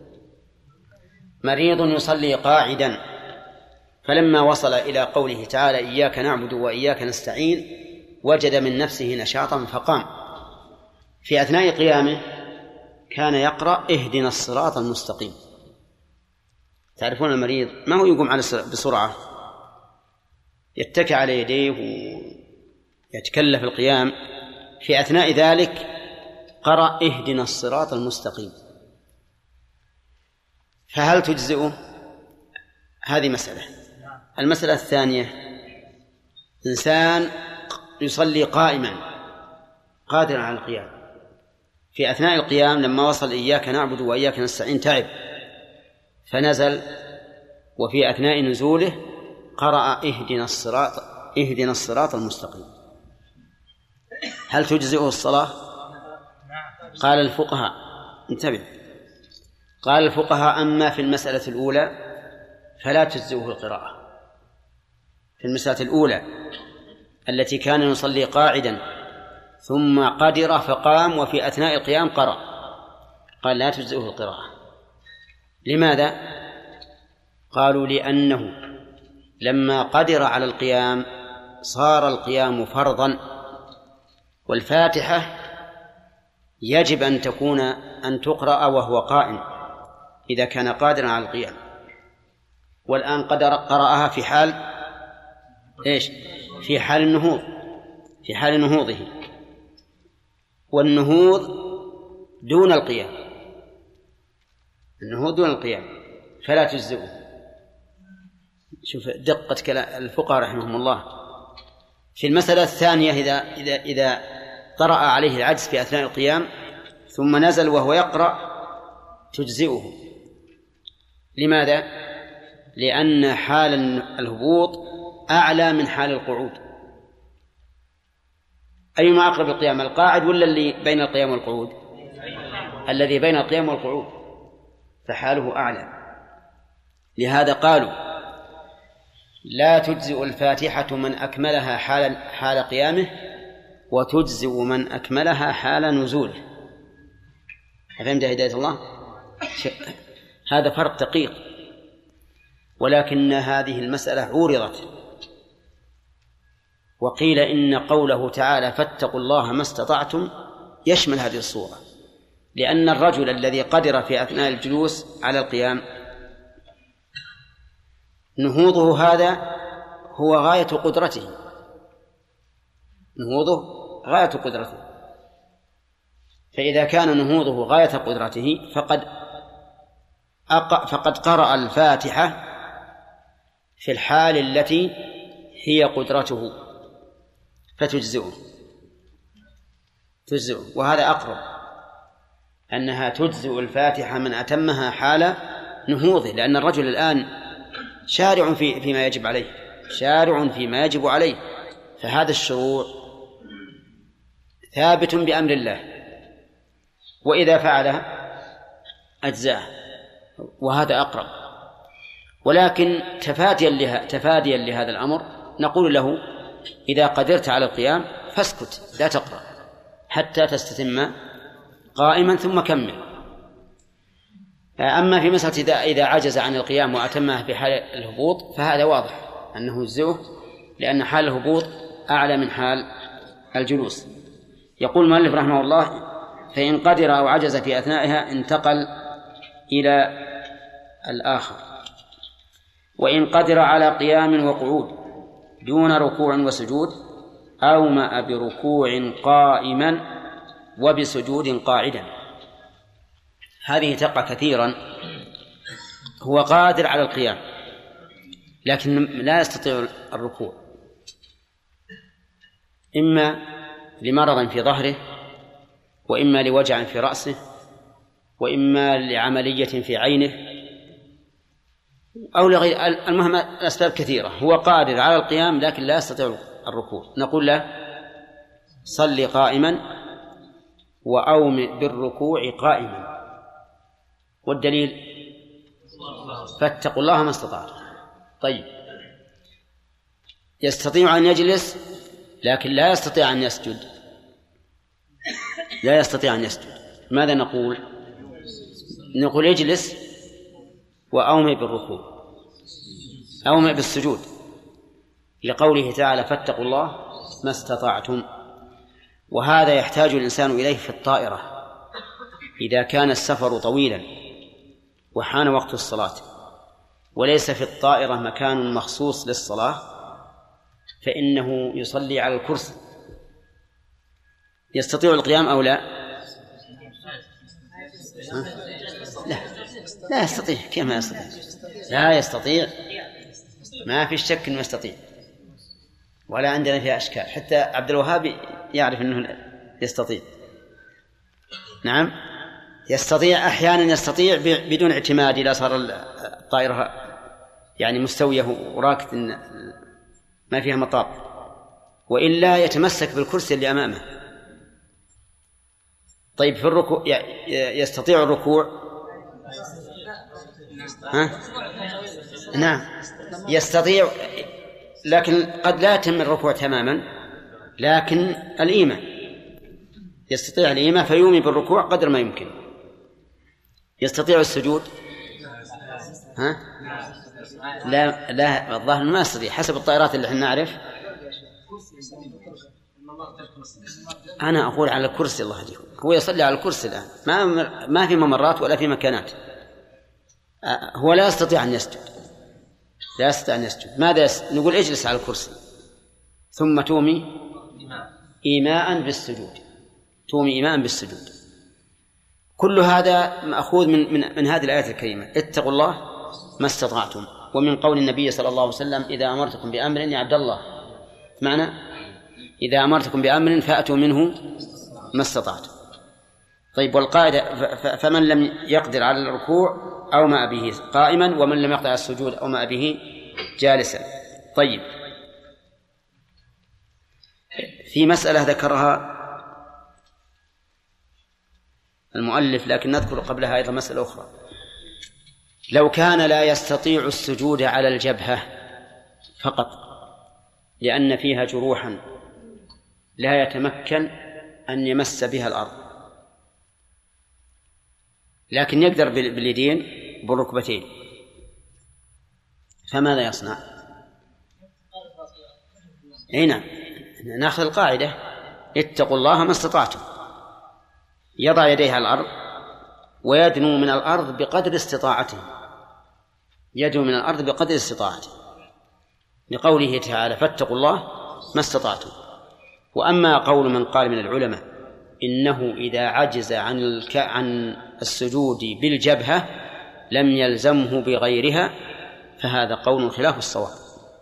مريض يصلي قاعدا فلما وصل إلى قوله تعالى إياك نعبد وإياك نستعين وجد من نفسه نشاطا فقام، في أثناء قيامه كان يقرأ اهدنا الصراط المستقيم. تعرفون المريض ما هو يقوم على بسرعة، يتكئ على يديه ويتكلف القيام، في أثناء ذلك قرأ اهدنا الصراط المستقيم، فهل تجزئه؟ هذه مسألة. المسألة الثانية إنسان يصلي قائما قادر على القيام، في أثناء القيام لما وصل إياك نعبد وإياك نستعين تعب فنزل، وفي أثناء نزوله قرأ اهدنا الصراط اهدنا الصراط المستقيم، هل تجزئه الصلاة؟ قال الفقهاء انتبه قال الفقهاء أما في المسألة الأولى فلا تجزئه القراءة. في المسألة الأولى التي كان يصلي قاعدا ثم قدر فقام وفي أثناء القيام قرأ، قال لا تجزئه القراءة. لماذا؟ قالوا لأنه لما قدر على القيام صار القيام فرضا، والفاتحة يجب أن تكون أن تقرأ وهو قائم إذا كان قادرا على القيام، والآن قدر قرأها في حال إيش؟ في حال النهوض، في حال نهوضه، والنهوض دون القيام، النهوض دون القيام فلا تجزئه. شوف دقة كلام الفقهاء رحمهم الله. في المسألة الثانية إذا إذا إذا طرأ عليه العجز في أثناء القيام ثم نزل وهو يقرأ تجزئه. لماذا؟ لأن حال الهبوط أعلى من حال القعود. أيما أقرب القيام، القاعد ولا اللي بين القيام والقعود؟ الذي بين القيام والقعود، فحاله أعلى. لهذا قالوا لا تجزئ الفاتحة من أكملها حال حال قيامه وتجزئ من أكملها حال نزوله. فهمت هداية الله؟ هذا فرق دقيق، ولكن هذه المسألة عورضت وقيل إن قوله تعالى فاتقوا الله ما استطعتم يشمل هذه الصورة، لأن الرجل الذي قدر في أثناء الجلوس على القيام نهوضه هذا هو غاية قدرته، نهوضه غاية قدرته، فإذا كان نهوضه غاية قدرته فقد أق... فقد قرأ الفاتحة في الحال التي هي قدرته فتجزئه. تجزئ، وهذا أقرب أنها تجزئ الفاتحة من أتمها حال نهوضه، لأن الرجل الآن شارع في فيما يجب عليه، شارع فيما يجب عليه، فهذا الشروع ثابت بأمر الله، وإذا فعلها أجزاء، وهذا أقرب. ولكن تفاديا لها تفاديا لهذا الأمر نقول له إذا قدرت على القيام فاسكت لا تقرأ حتى تستتم قائما ثم كمل. أما في مسألة إذا إذا عجز عن القيام وأتمه في حال الهبوط فهذا واضح أنه يجزئه، لأن حال الهبوط أعلى من حال الجلوس. يقول المؤلف رحمه الله: فإن قدر أو عجز في أثنائها انتقل إلى الآخر. وإن قدر على قيام وقعود دون ركوع وسجود أومأ بركوع قائما وبسجود قاعدا. هذه تقع كثيرا، هو قادر على القيام لكن لا يستطيع الركوع، إما لمرض في ظهره، وإما لوجع في رأسه، وإما لعملية في عينه، أو لغير. المهم الأسباب كثيرة. هو قادر على القيام لكن لا يستطيع الركوع، نقول له صل قائما وأومئ بالركوع قائما. والدليل فاتقوا الله ما استطعتم. طيب، يستطيع أن يجلس لكن لا يستطيع أن يسجد، لا يستطيع أن يسجد، ماذا نقول؟ نقول اجلس وأومئ بالركوع، أومئ بالسجود، لقوله تعالى فاتقوا الله ما استطعتم. وهذا يحتاج الإنسان إليه في الطائرة إذا كان السفر طويلا وحان وقت الصلاة وليس في الطائرة مكان مخصوص للصلاة، فإنه يصلي على الكرسي. يستطيع القيام أو لا؟ لا لا يستطيع. كيف ما يستطيع؟ لا يستطيع، ما في شك أنه يستطيع، ولا عندنا فيها أشكال. حتى عبد الوهاب يعرف أنه يستطيع. نعم يستطيع أحيانا، يستطيع بدون اعتماد إذا صار الطائرة يعني مستوية وراكت ما فيها مطاب، وإلا يتمسك بالكرسي اللي أمامه. طيب في الركوع يستطيع الركوع؟ ها؟ نعم يستطيع، لكن قد لا يتم الركوع تماما، لكن الإيمة يستطيع الإيمة فيومي بالركوع قدر ما يمكن. يستطيع السجود؟ ها؟ لا لا الظاهر ما يستطيع حسب الطائرات اللي احنا نعرف. أنا أقول على الكرسي، الله يهديكم، هو يصلي على الكرسي الآن، ما ما في ممرات ولا في مكانات. هو لا يستطيع أن يسجد، لا يستطيع أن يسجد. ماذا يس... نقول اجلس على الكرسي ثم تومي إيماء بالسجود، تومي إيماء بالسجود. كل هذا مأخوذ من, من, من هذه الآية الكريمة اتقوا الله ما استطعتم، ومن قول النبي صلى الله عليه وسلم إذا أمرتكم بأمر يا عبد الله، معنى إذا أمرتكم بأمر فأتوا منه ما استطعتم. طيب والقاعدة فمن لم يقدر على الركوع أومأ به قائما، ومن لم يقدر على السجود أومأ به جالسا. طيب في مسألة ذكرها المؤلف لكن نذكر قبلها أيضا مسألة أخرى. لو كان لا يستطيع السجود على الجبهة فقط لأن فيها جروحا لا يتمكن أن يمس بها الأرض، لكن يقدر باليدين بالركبتين، فماذا يصنع؟ هنا نأخذ القاعدة اتقوا الله ما استطعتم، يضع يديه على الأرض ويدنو من الأرض بقدر استطاعته، يدنو من الأرض بقدر استطاعته، لقوله تعالى فاتقوا الله ما استطعتم. وأما قول من قال من العلماء إنه إذا عجز عن الك... عن السجود بالجبهة لم يلزمه بغيرها، فهذا قول خلاف الصواب.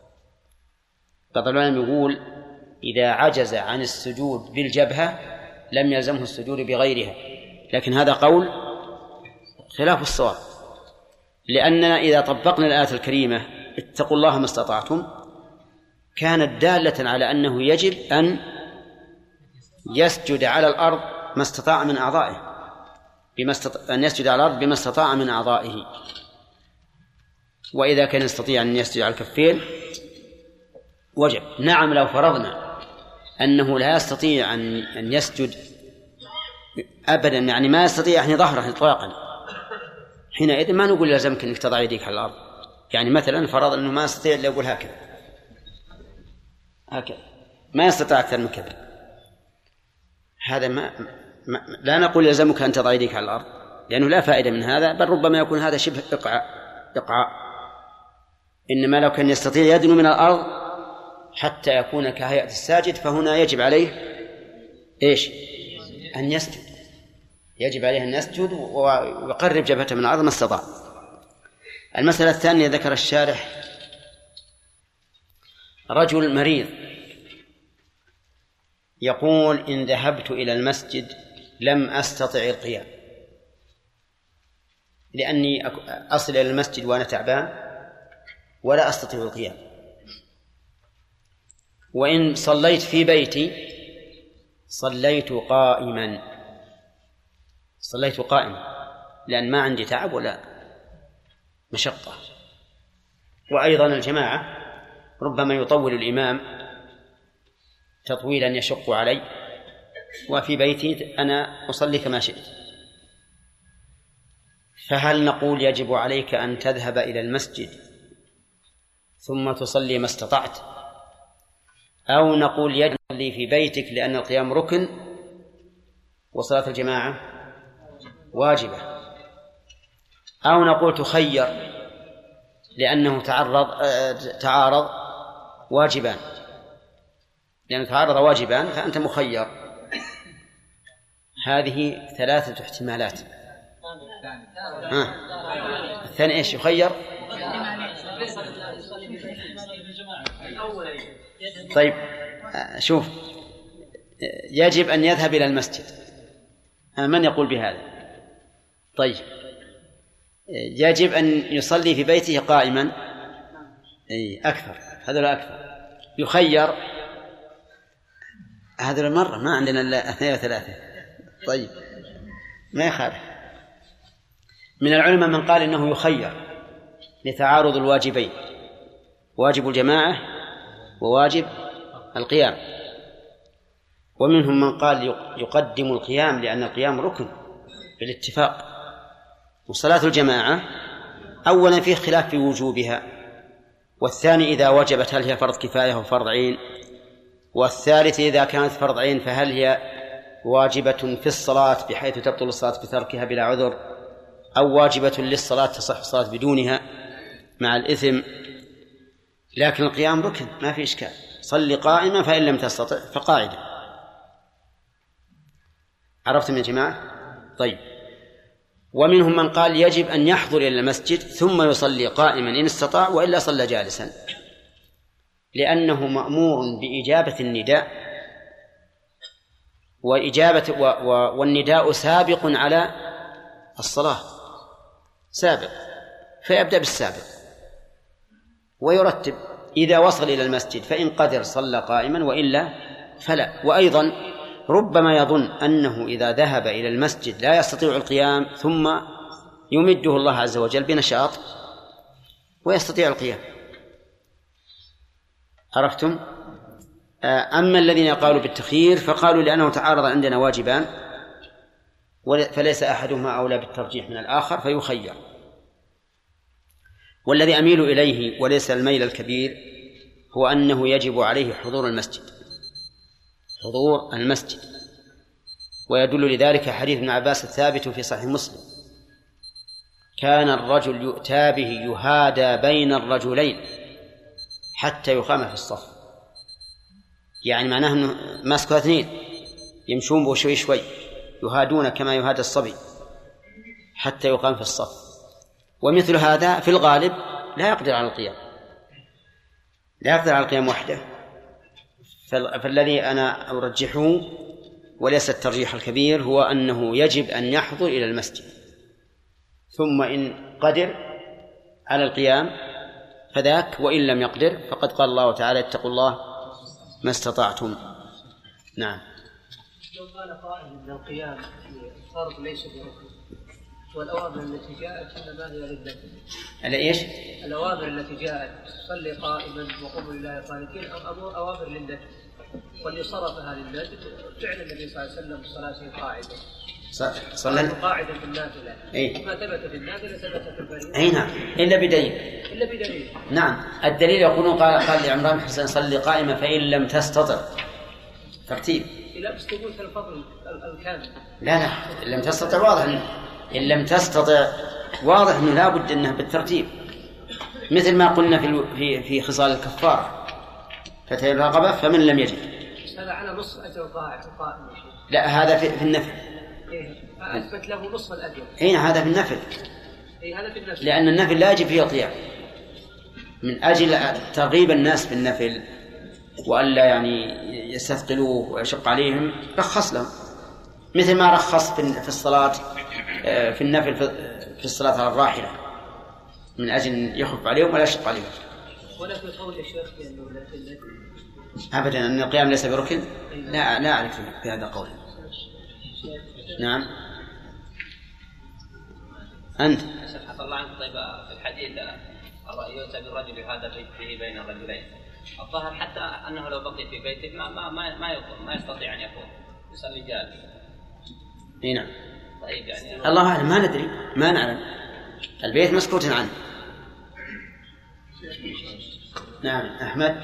بعض العلماء يقول إذا عجز عن السجود بالجبهة لم يلزمه السجود بغيرها، لكن هذا قول خلاف الصواب، لأننا إذا طبقنا الآية الكريمة اتقوا الله ما استطعتم كانت دالة على أنه يجب أن يسجد على الأرض ما استطاع من أعضائه، بما استطاع أن يسجد على الأرض بما استطاع من أعضائه. وإذا كان يستطيع أن يسجد على الكفين وجب. نعم لو فرضنا أنه لا يستطيع أن يسجد أبدا، يعني ما يستطيع أن ظهره إطلاقا، حينئذ ما نقول لازمك أنك تضع يديك على الأرض. يعني مثلا فرض أنه ما يستطيع إلا يقول هكذا هكذا، ما يستطيع أكثر من كذا، هذا ما, ما لا نقول لازمك أن تضع يديك على الأرض، لأنه لا فائدة من هذا، بل ربما يكون هذا شبه إقعاء إقعاء. إنما لو كان يستطيع يدنو من الأرض حتى يكون كهيئة الساجد فهنا يجب عليه إيش؟ أن يسجد، يجب عليه أن يسجد ويقرب جبهته من الأرض ما استطاع. المسألة الثانية ذكر الشارح رجل مريض يقول إن ذهبت إلى المسجد لم أستطع القيام، لأني أصل إلى المسجد وأنا تعبان ولا أستطيع القيام، وإن صليت في بيتي صليت قائما صليت قائما لأن ما عندي تعب ولا مشقة. وأيضا الجماعة ربما يطول الإمام تطويلا يشق علي، وفي بيتي أنا أصلي كما شئت، فهل نقول يجب عليك أن تذهب إلى المسجد ثم تصلي ما استطعت، أو نقول يجب لي في بيتك لأن القيام ركن وصلاة الجماعة واجبة، أو نقول تخير لأنه تعرض تعارض واجبان، لأنه تعارض واجبان فأنت مخير. هذه ثلاثة احتمالات. ها. الثاني إيش يخير؟ طيب شوف، يجب أن يذهب إلى المسجد، من يقول بهذا؟ طيب يجب أن يصلي في بيته قائما، أي أكثر، هذا لا أكثر. يخير، هذا المرة ما عندنا إلا اثنين وثلاثة. طيب ما يخالف. من العلماء من قال إنه يخير لتعارض الواجبين، واجب الجماعة وواجب القيام، ومنهم من قال يقدم القيام لأن القيام ركن بالاتفاق. وصلاة الجماعة أولا فيه خلاف في وجوبها، والثاني إذا وجبت هل هي فرض كفاية أو فرض عين، والثالث إذا كانت فرض عين فهل هي واجبة في الصلاة بحيث تبطل الصلاة بتركها بلا عذر، أو واجبة للصلاة تصح الصلاة بدونها مع الإثم. لكن القيام ركن ما في إشكال، صل قائما فإن لم تستطع فقاعدا. عرفتم يا جماعة؟ طيب. ومنهم من قال يجب أن يحضر إلى المسجد ثم يصلي قائما إن استطاع، وإلا صلى جالسا، لأنه مأمور بإجابة النداء، وإجابة و و والنداء سابق على الصلاة، سابق، فيبدأ بالسابق ويرتب. إذا وصل إلى المسجد فإن قدر صلى قائما وإلا فلا. وأيضا ربما يظن أنه إذا ذهب إلى المسجد لا يستطيع القيام ثم يمده الله عز وجل بنشاط ويستطيع القيام. عرفتم؟ أما الذين قالوا بالتخيير فقالوا لأنه تعارض عندنا واجبان فليس أحدهما أولى بالترجيح من الآخر فيخير. والذي أميل إليه وليس الميل الكبير هو أنه يجب عليه حضور المسجد، حضور المسجد. ويدل لذلك حديث ابن عباس الثابت في صحيح مسلم: كان الرجل يؤتى به يهادى بين الرجلين حتى يقام في الصف، يعني معناه أنه ماسكوا اثنين يمشون به شوي شوي يهادون كما يهادى الصبي حتى يقام في الصف. ومثل هذا في الغالب لا يقدر على القيام، لا يقدر على القيام وحده. فالذي أنا أرجحه وليس الترجيح الكبير هو أنه يجب أن يحضر إلى المسجد، ثم إن قدر على القيام فذاك، وإن لم يقدر فقد قال الله تعالى اتقوا الله ما استطعتم. نعم. لو قال قائل ان القيام فرض ليس بركن، والاوامر التي جاءت انما هي للنفل. على ايش؟ الاوامر التي جاءت صلي قائما وقوموا لله قانتين اوامر للنفل، واللي صرفها للنفل فعل النبي صلى الله عليه وسلم صلاته قاعده. صلى قاعده في النافله. إيه؟ ما ثبت في النافله ثبت في الفريضه. اي نعم، الا بدليل. الا بدليل. نعم، الدليل يقولون قال قال لعمران حسن صلي قائما فإن لم تستطع. ترتيب. لا بس تقول في الفضل الكامل. لا لا، إن لم تستطع واضح إن, إن لم تستطع واضح إنه لا بد إنه بالترتيب، مثل ما قلنا في في في خصال الكفار فتح الرقبة فمن لم يجد. هذا على نصف أجر القائم. لا، هذا في, في النفل. إيه، أثبت له نصف الأجر. أين هذا في النفل؟ إيه، هذا في النفل. لأن النفل لا يجب فيه إطياع، من أجل ترغيب الناس في النفل وألا يعني يستثقلوه ويشق عليهم رخص لهم، مثل ما رخص في الصلاة في النفل في الصلاة على الراحلة من أجل يخف عليهم ولا يشق عليهم. ولا في قول الشيخ بأنه لا تلك أبدا أن القيام ليس بركن، لا لا أعرف في هذا قول. نعم. أنت حفظ الله عنك. طيب في الحديث يؤتى بالرجل هذا بيته بين الرجلين، الظاهر حتى أنه لو بقي في بيته ما ما ما ما, يقوم ما يستطيع أن يقوم يصلي جالس. إيه نعم. طيب يعني الله أعلم، ما ندري، ما نعلم، البيت مسكوت عنه. نعم. أحمد.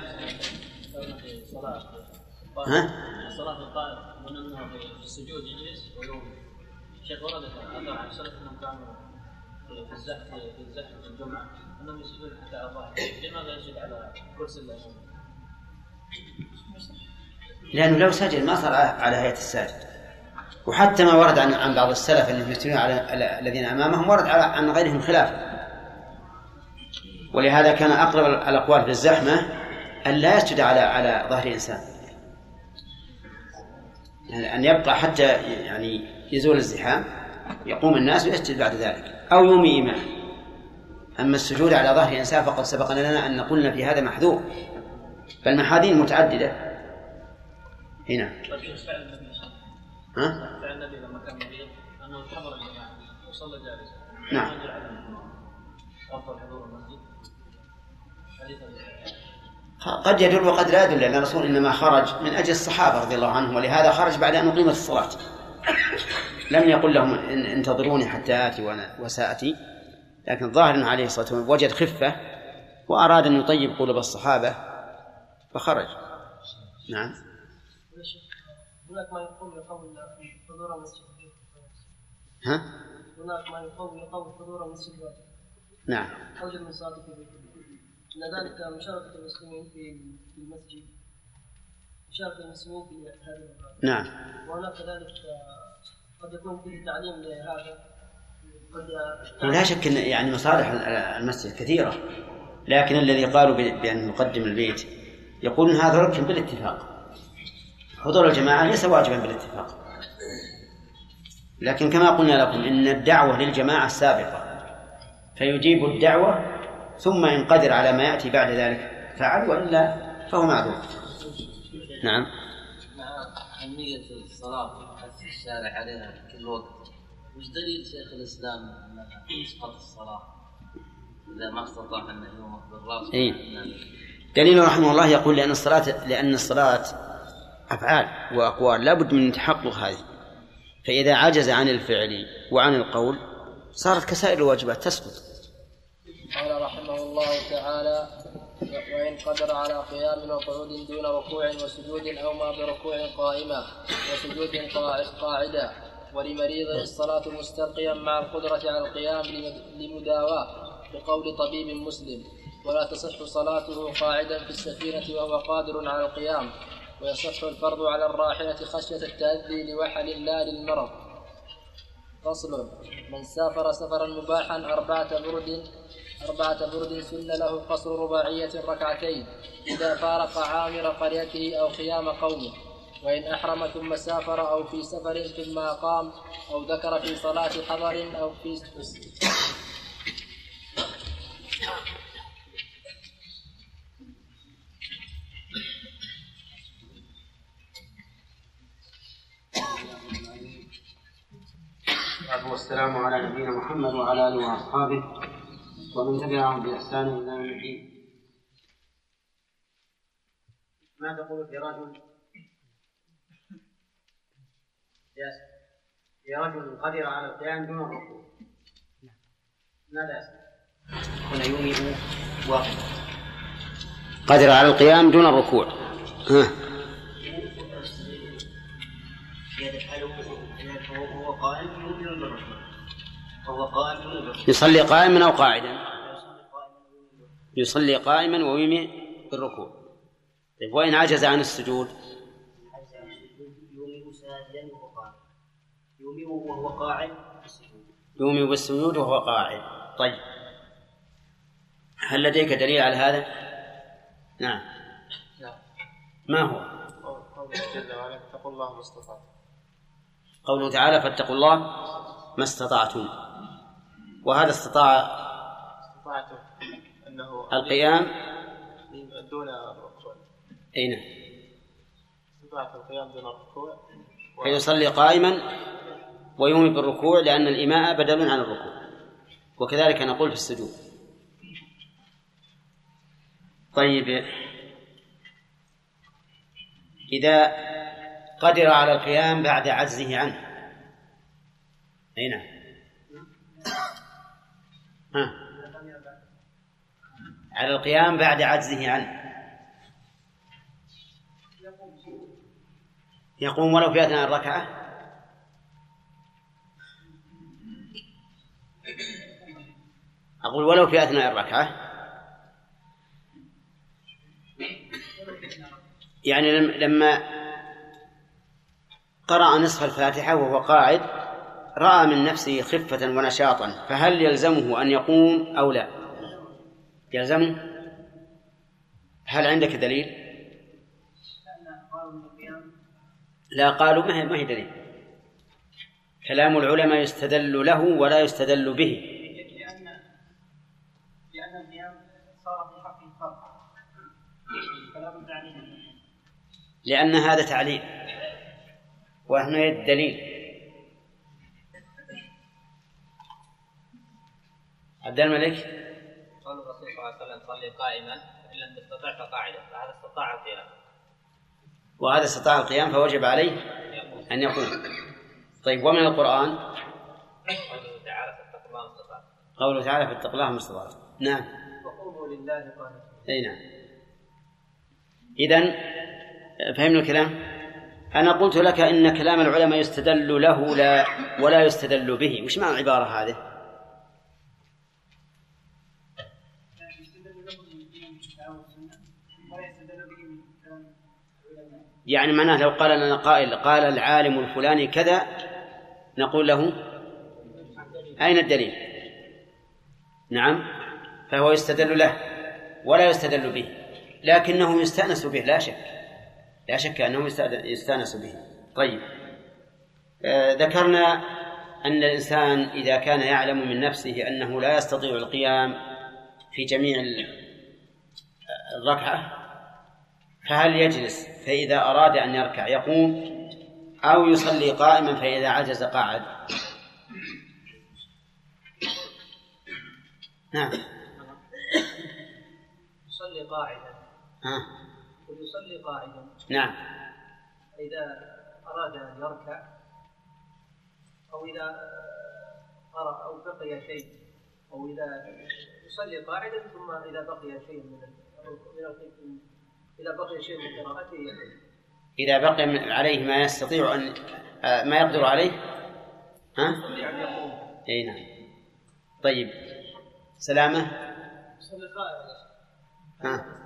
ها؟ الصلاة القائم من أنه في السجود يجلس ويوم شيخ ورد أثر عن سلف أنهم كانوا في الزحف في الزحف في الجمعة أنهم يسجدون حتى على الظاهر، لماذا يسجد على كرسي الله؟ لأنه لو سجد ما صار على هيئة الساجد، وحتى ما ورد عن عن بعض السلف أنهم يسجدون على الذين أمامهم ورد على عن غيرهم خلاف، ولهذا كان أقرب الأقوال في الزحمة أن لا يسجد على على ظهر إنسان، يعني أن يبقى حتى يعني يزول الزحام يقوم الناس ويسجد بعد ذلك أو يومي إمام. أما السجود على ظهر إنسان فقد سبقنا لنا أن قلنا في هذا محذور، فالمحاذير متعددة هنا. ها؟ فعل النبي لما كان مريض أنه حضر الجماعة وصلى جالسا. نعم. أفضل حضور المسجد. قد يدل وقد لا يدل، لأن الرسول إنما خرج من أجل الصحابة رضي الله عنهم، ولهذا خرج بعد أن أقيمت الصلاة، لم يقل لهم انتظروني حتى آتي وأنا وسأتي، لكن ظاهر عليه الصلاة والسلام وجد خفة وأراد أن يطيب قلوب الصحابة فخرج. نعم. هناك ما يقوم يقوم حضور المسجد. ها؟ هناك ما يقوم يقوم حضور المسجد. نعم. أوجد من صلاة في بيته. إن ذلك مشاركة المسلمين في المسجد، مشاركة المسلمين في هذا. نعم. وهناك كذلك قد يكون فيه تعليم لهذا. لا شك أن يعني مصالح المسجد كثيرة، لكن الذي قالوا بأن يقدم البيت يقولون هذا ركن بالاتفاق، حضور الجماعة ليس واجبا بالاتفاق، لكن كما قلنا لكم إن الدعوة للجماعة سابقة، فيجيب الدعوة ثم إن قدر على ما يأتي بعد ذلك فعل، وإلا فهو معذور. نعم. مع أهمية الصلاة في الشارع عليها كل وقت، وش دليل شيخ الإسلام أنها تسقط الصلاة إذا ما استطاع أن يومك بالرأس؟ إيه؟ دليل رحمه الله يقول لأن الصلاة لأن الصلاة أفعال وأقوال لا بد من تحقق هذه، فإذا عجز عن الفعل وعن القول صارت كسائر الواجبات تسقط. قال رحمه الله تعالى: وإن قدر على قيام وقعود دون ركوع وسجود أو ما بركوع قائمة وسجود قاعدة، ولمريض الصلاة مستلقيا مع القدرة على القيام لمداواة، بقول طبيب مسلم: ولا تصح صلاته قاعدا في السفينة وهو قادر على القيام، ويصح الفرض على الراحلة خشية التأذي لوحل لا للمرض. فصل: من سافر سفرا مباحا أربعة برد أربعة برد سن له قصر رباعية ركعتين إذا فارق عامر قريته أو خيام قومه، وإن أحرم ثم سافر أو في سفر ثم أقام أو ذكر في صلاة حضر أو في والسلام على نبينا محمد وعلى آله وأصحابه ومن تبعهم بإحسان إلى يوم الدين. ما تقول في رجل في رجل قدر على القيام دون الركوع؟ ماذا هنا يومئ واحد قدر على القيام دون الركوع. ها هو قائم هو قائم يصلي قائما أو قاعدا؟ يصلي قائما ويومئ بالركوع. طيب وإن عجز عن السجود؟ يومئ ساجدا وهو قائم يومئ وهو قاعد يومئ بالسجود وهو قاعد. طيب هل لديك دليل على هذا؟ نعم. ما هو؟ قوله جل وعلا اتقوا الله ما استطعتم. قوله تعالى فاتقوا الله ما استطعتم، وهذا استطاع استطعتم أنه القيام دون الركوع. أين؟ استطاعت القيام دون الركوع فيصلي قائما ويومئ بالركوع لأن الإيماء بدل عن الركوع، وكذلك نقول في السجود. طيب إذا قدر على القيام بعد عجزه عنه أين؟ ها؟ على القيام بعد عجزه عنه يقوم ولو في أثناء الركعة؟ أقول ولو في أثناء الركعة، يعني لما قرأ نصف الفاتحة وهو قاعد رأى من نفسه خفة ونشاطا، فهل يلزمه أن يقوم أو لا؟ يلزمه. هل عندك دليل؟ لا، قالوا ما هي ما هي دليل. كلام العلماء يستدل له ولا يستدل به، لأن لأن القيام صار في حق الفرد فلا بد عليه، لأن هذا تعليل وهنا الدليل. عبد الملك قال الرسول صلى الله عليه وسلم صلي قائما إن لم تستطع فقاعدا، فهذا استطاع القيام وهذا استطاع القيام فوجب عليه أن يقوم. طيب ومن القرآن قوله تعالى فاتقوا الله ما استطعتم. قوله تعالى فاتقوا الله ما استطعتم. نعم. وقوموا لله قانتين. أي نعم. إذن فهمنا الكلام. أنا قلت لك إن كلام العلماء يستدل له لا ولا يستدل به. وش معنى العبارة هذه؟ يعني معناه لو قال لنا قائل قال العالم الفلاني كذا نقول له أين الدليل؟ نعم، فهو يستدل له ولا يستدل به، لكنه يستأنس به لا شك، لا شك أنه يستأنس به. طيب آه ذكرنا أن الإنسان إذا كان يعلم من نفسه أنه لا يستطيع القيام في جميع الركعة فهل يجلس فإذا أراد أن يركع يقوم أو يصلي قائما فإذا عجز قاعد؟ نعم. يصلي قاعدا. ها. ويصلي قاعدا. نعم. إذا أراد أن يركع أو إذا قرأ أو بقي شيء أو إذا يصلي قاعدا ثم إذا بقي شيء من من إذا بقي شيء من قراءته يقوم. إذا بقي عليه ما يستطيع أن ما يقدر عليه ها؟ يعني يقوم. أي نعم. طيب سلامة. يصلي قاعدا. ها.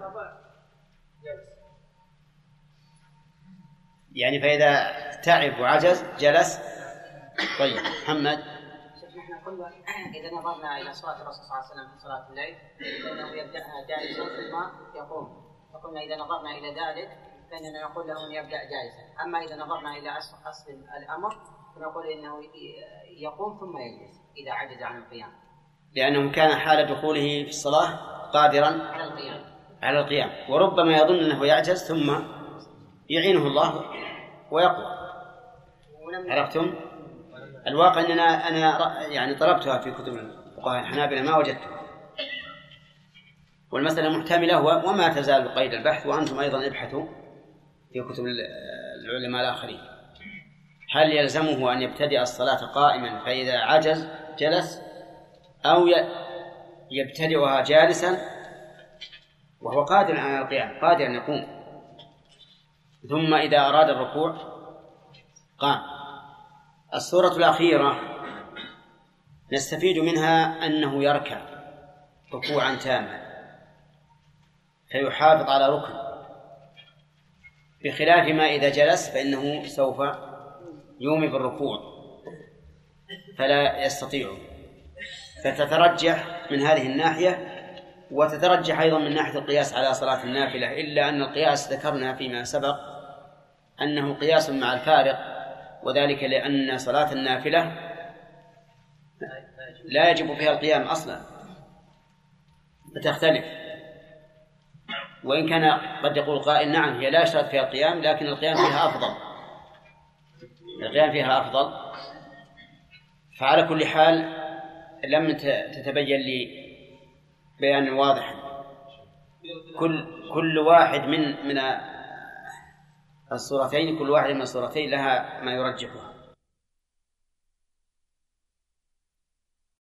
يعني فإذا تعب وعجز جلس. طيب محمد. نحن قلنا إذا نظرنا إلى صلاة الرسول صلى الله عليه وسلم في صلاة الليل فإنه يبدأها جالسا ثم يقوم، فقلنا إذا نظرنا إلى ذلك فإننا نقول له أن يبدأ جالسا. أما إذا نظرنا إلى أصل الأمر فنقول إنه يقوم ثم يجلس إذا عجز عن القيام، لأنه كان حال دخوله في الصلاة قادرا على القيام على القيام وربما يظن أنه يعجز ثم يعينه الله ويقوى. عرفتم؟ الواقع أننا أنا يعني طلبتها في كتب الفقهاء الحنابلة ما وجدتها، والمسألة محتملة وما تزال قيد البحث، وأنتم أيضا ابحثوا في كتب العلماء الآخرين. هل يلزمه أن يبتدئ الصلاة قائما فإذا عجز جلس، أو يبتدئها جالسا وهو قادر على القيام قادر أن يقوم، ثم إذا أراد الركوع قام؟ السورة الأخيرة نستفيد منها أنه يركع ركوعا تاما فيحافظ على ركن، بخلاف ما إذا جلس فإنه سوف يومي بالركوع فلا يستطيعه. فتترجح من هذه الناحية، وتترجح أيضا من ناحية القياس على صلاة النافلة، إلا أن القياس ذكرنا فيما سبق أنه قياس مع الفارق، وذلك لأن صلاة النافلة لا يجب فيها القيام أصلا فتختلف. وإن كان قد يقول قائل نعم هي لا يشترط فيها القيام، لكن القيام فيها أفضل القيام فيها أفضل. فعلى كل حال لم تتبين لي بيان واضح. كل كل واحد من من الصورتين كل واحد من الصورتين لها ما يرجحها.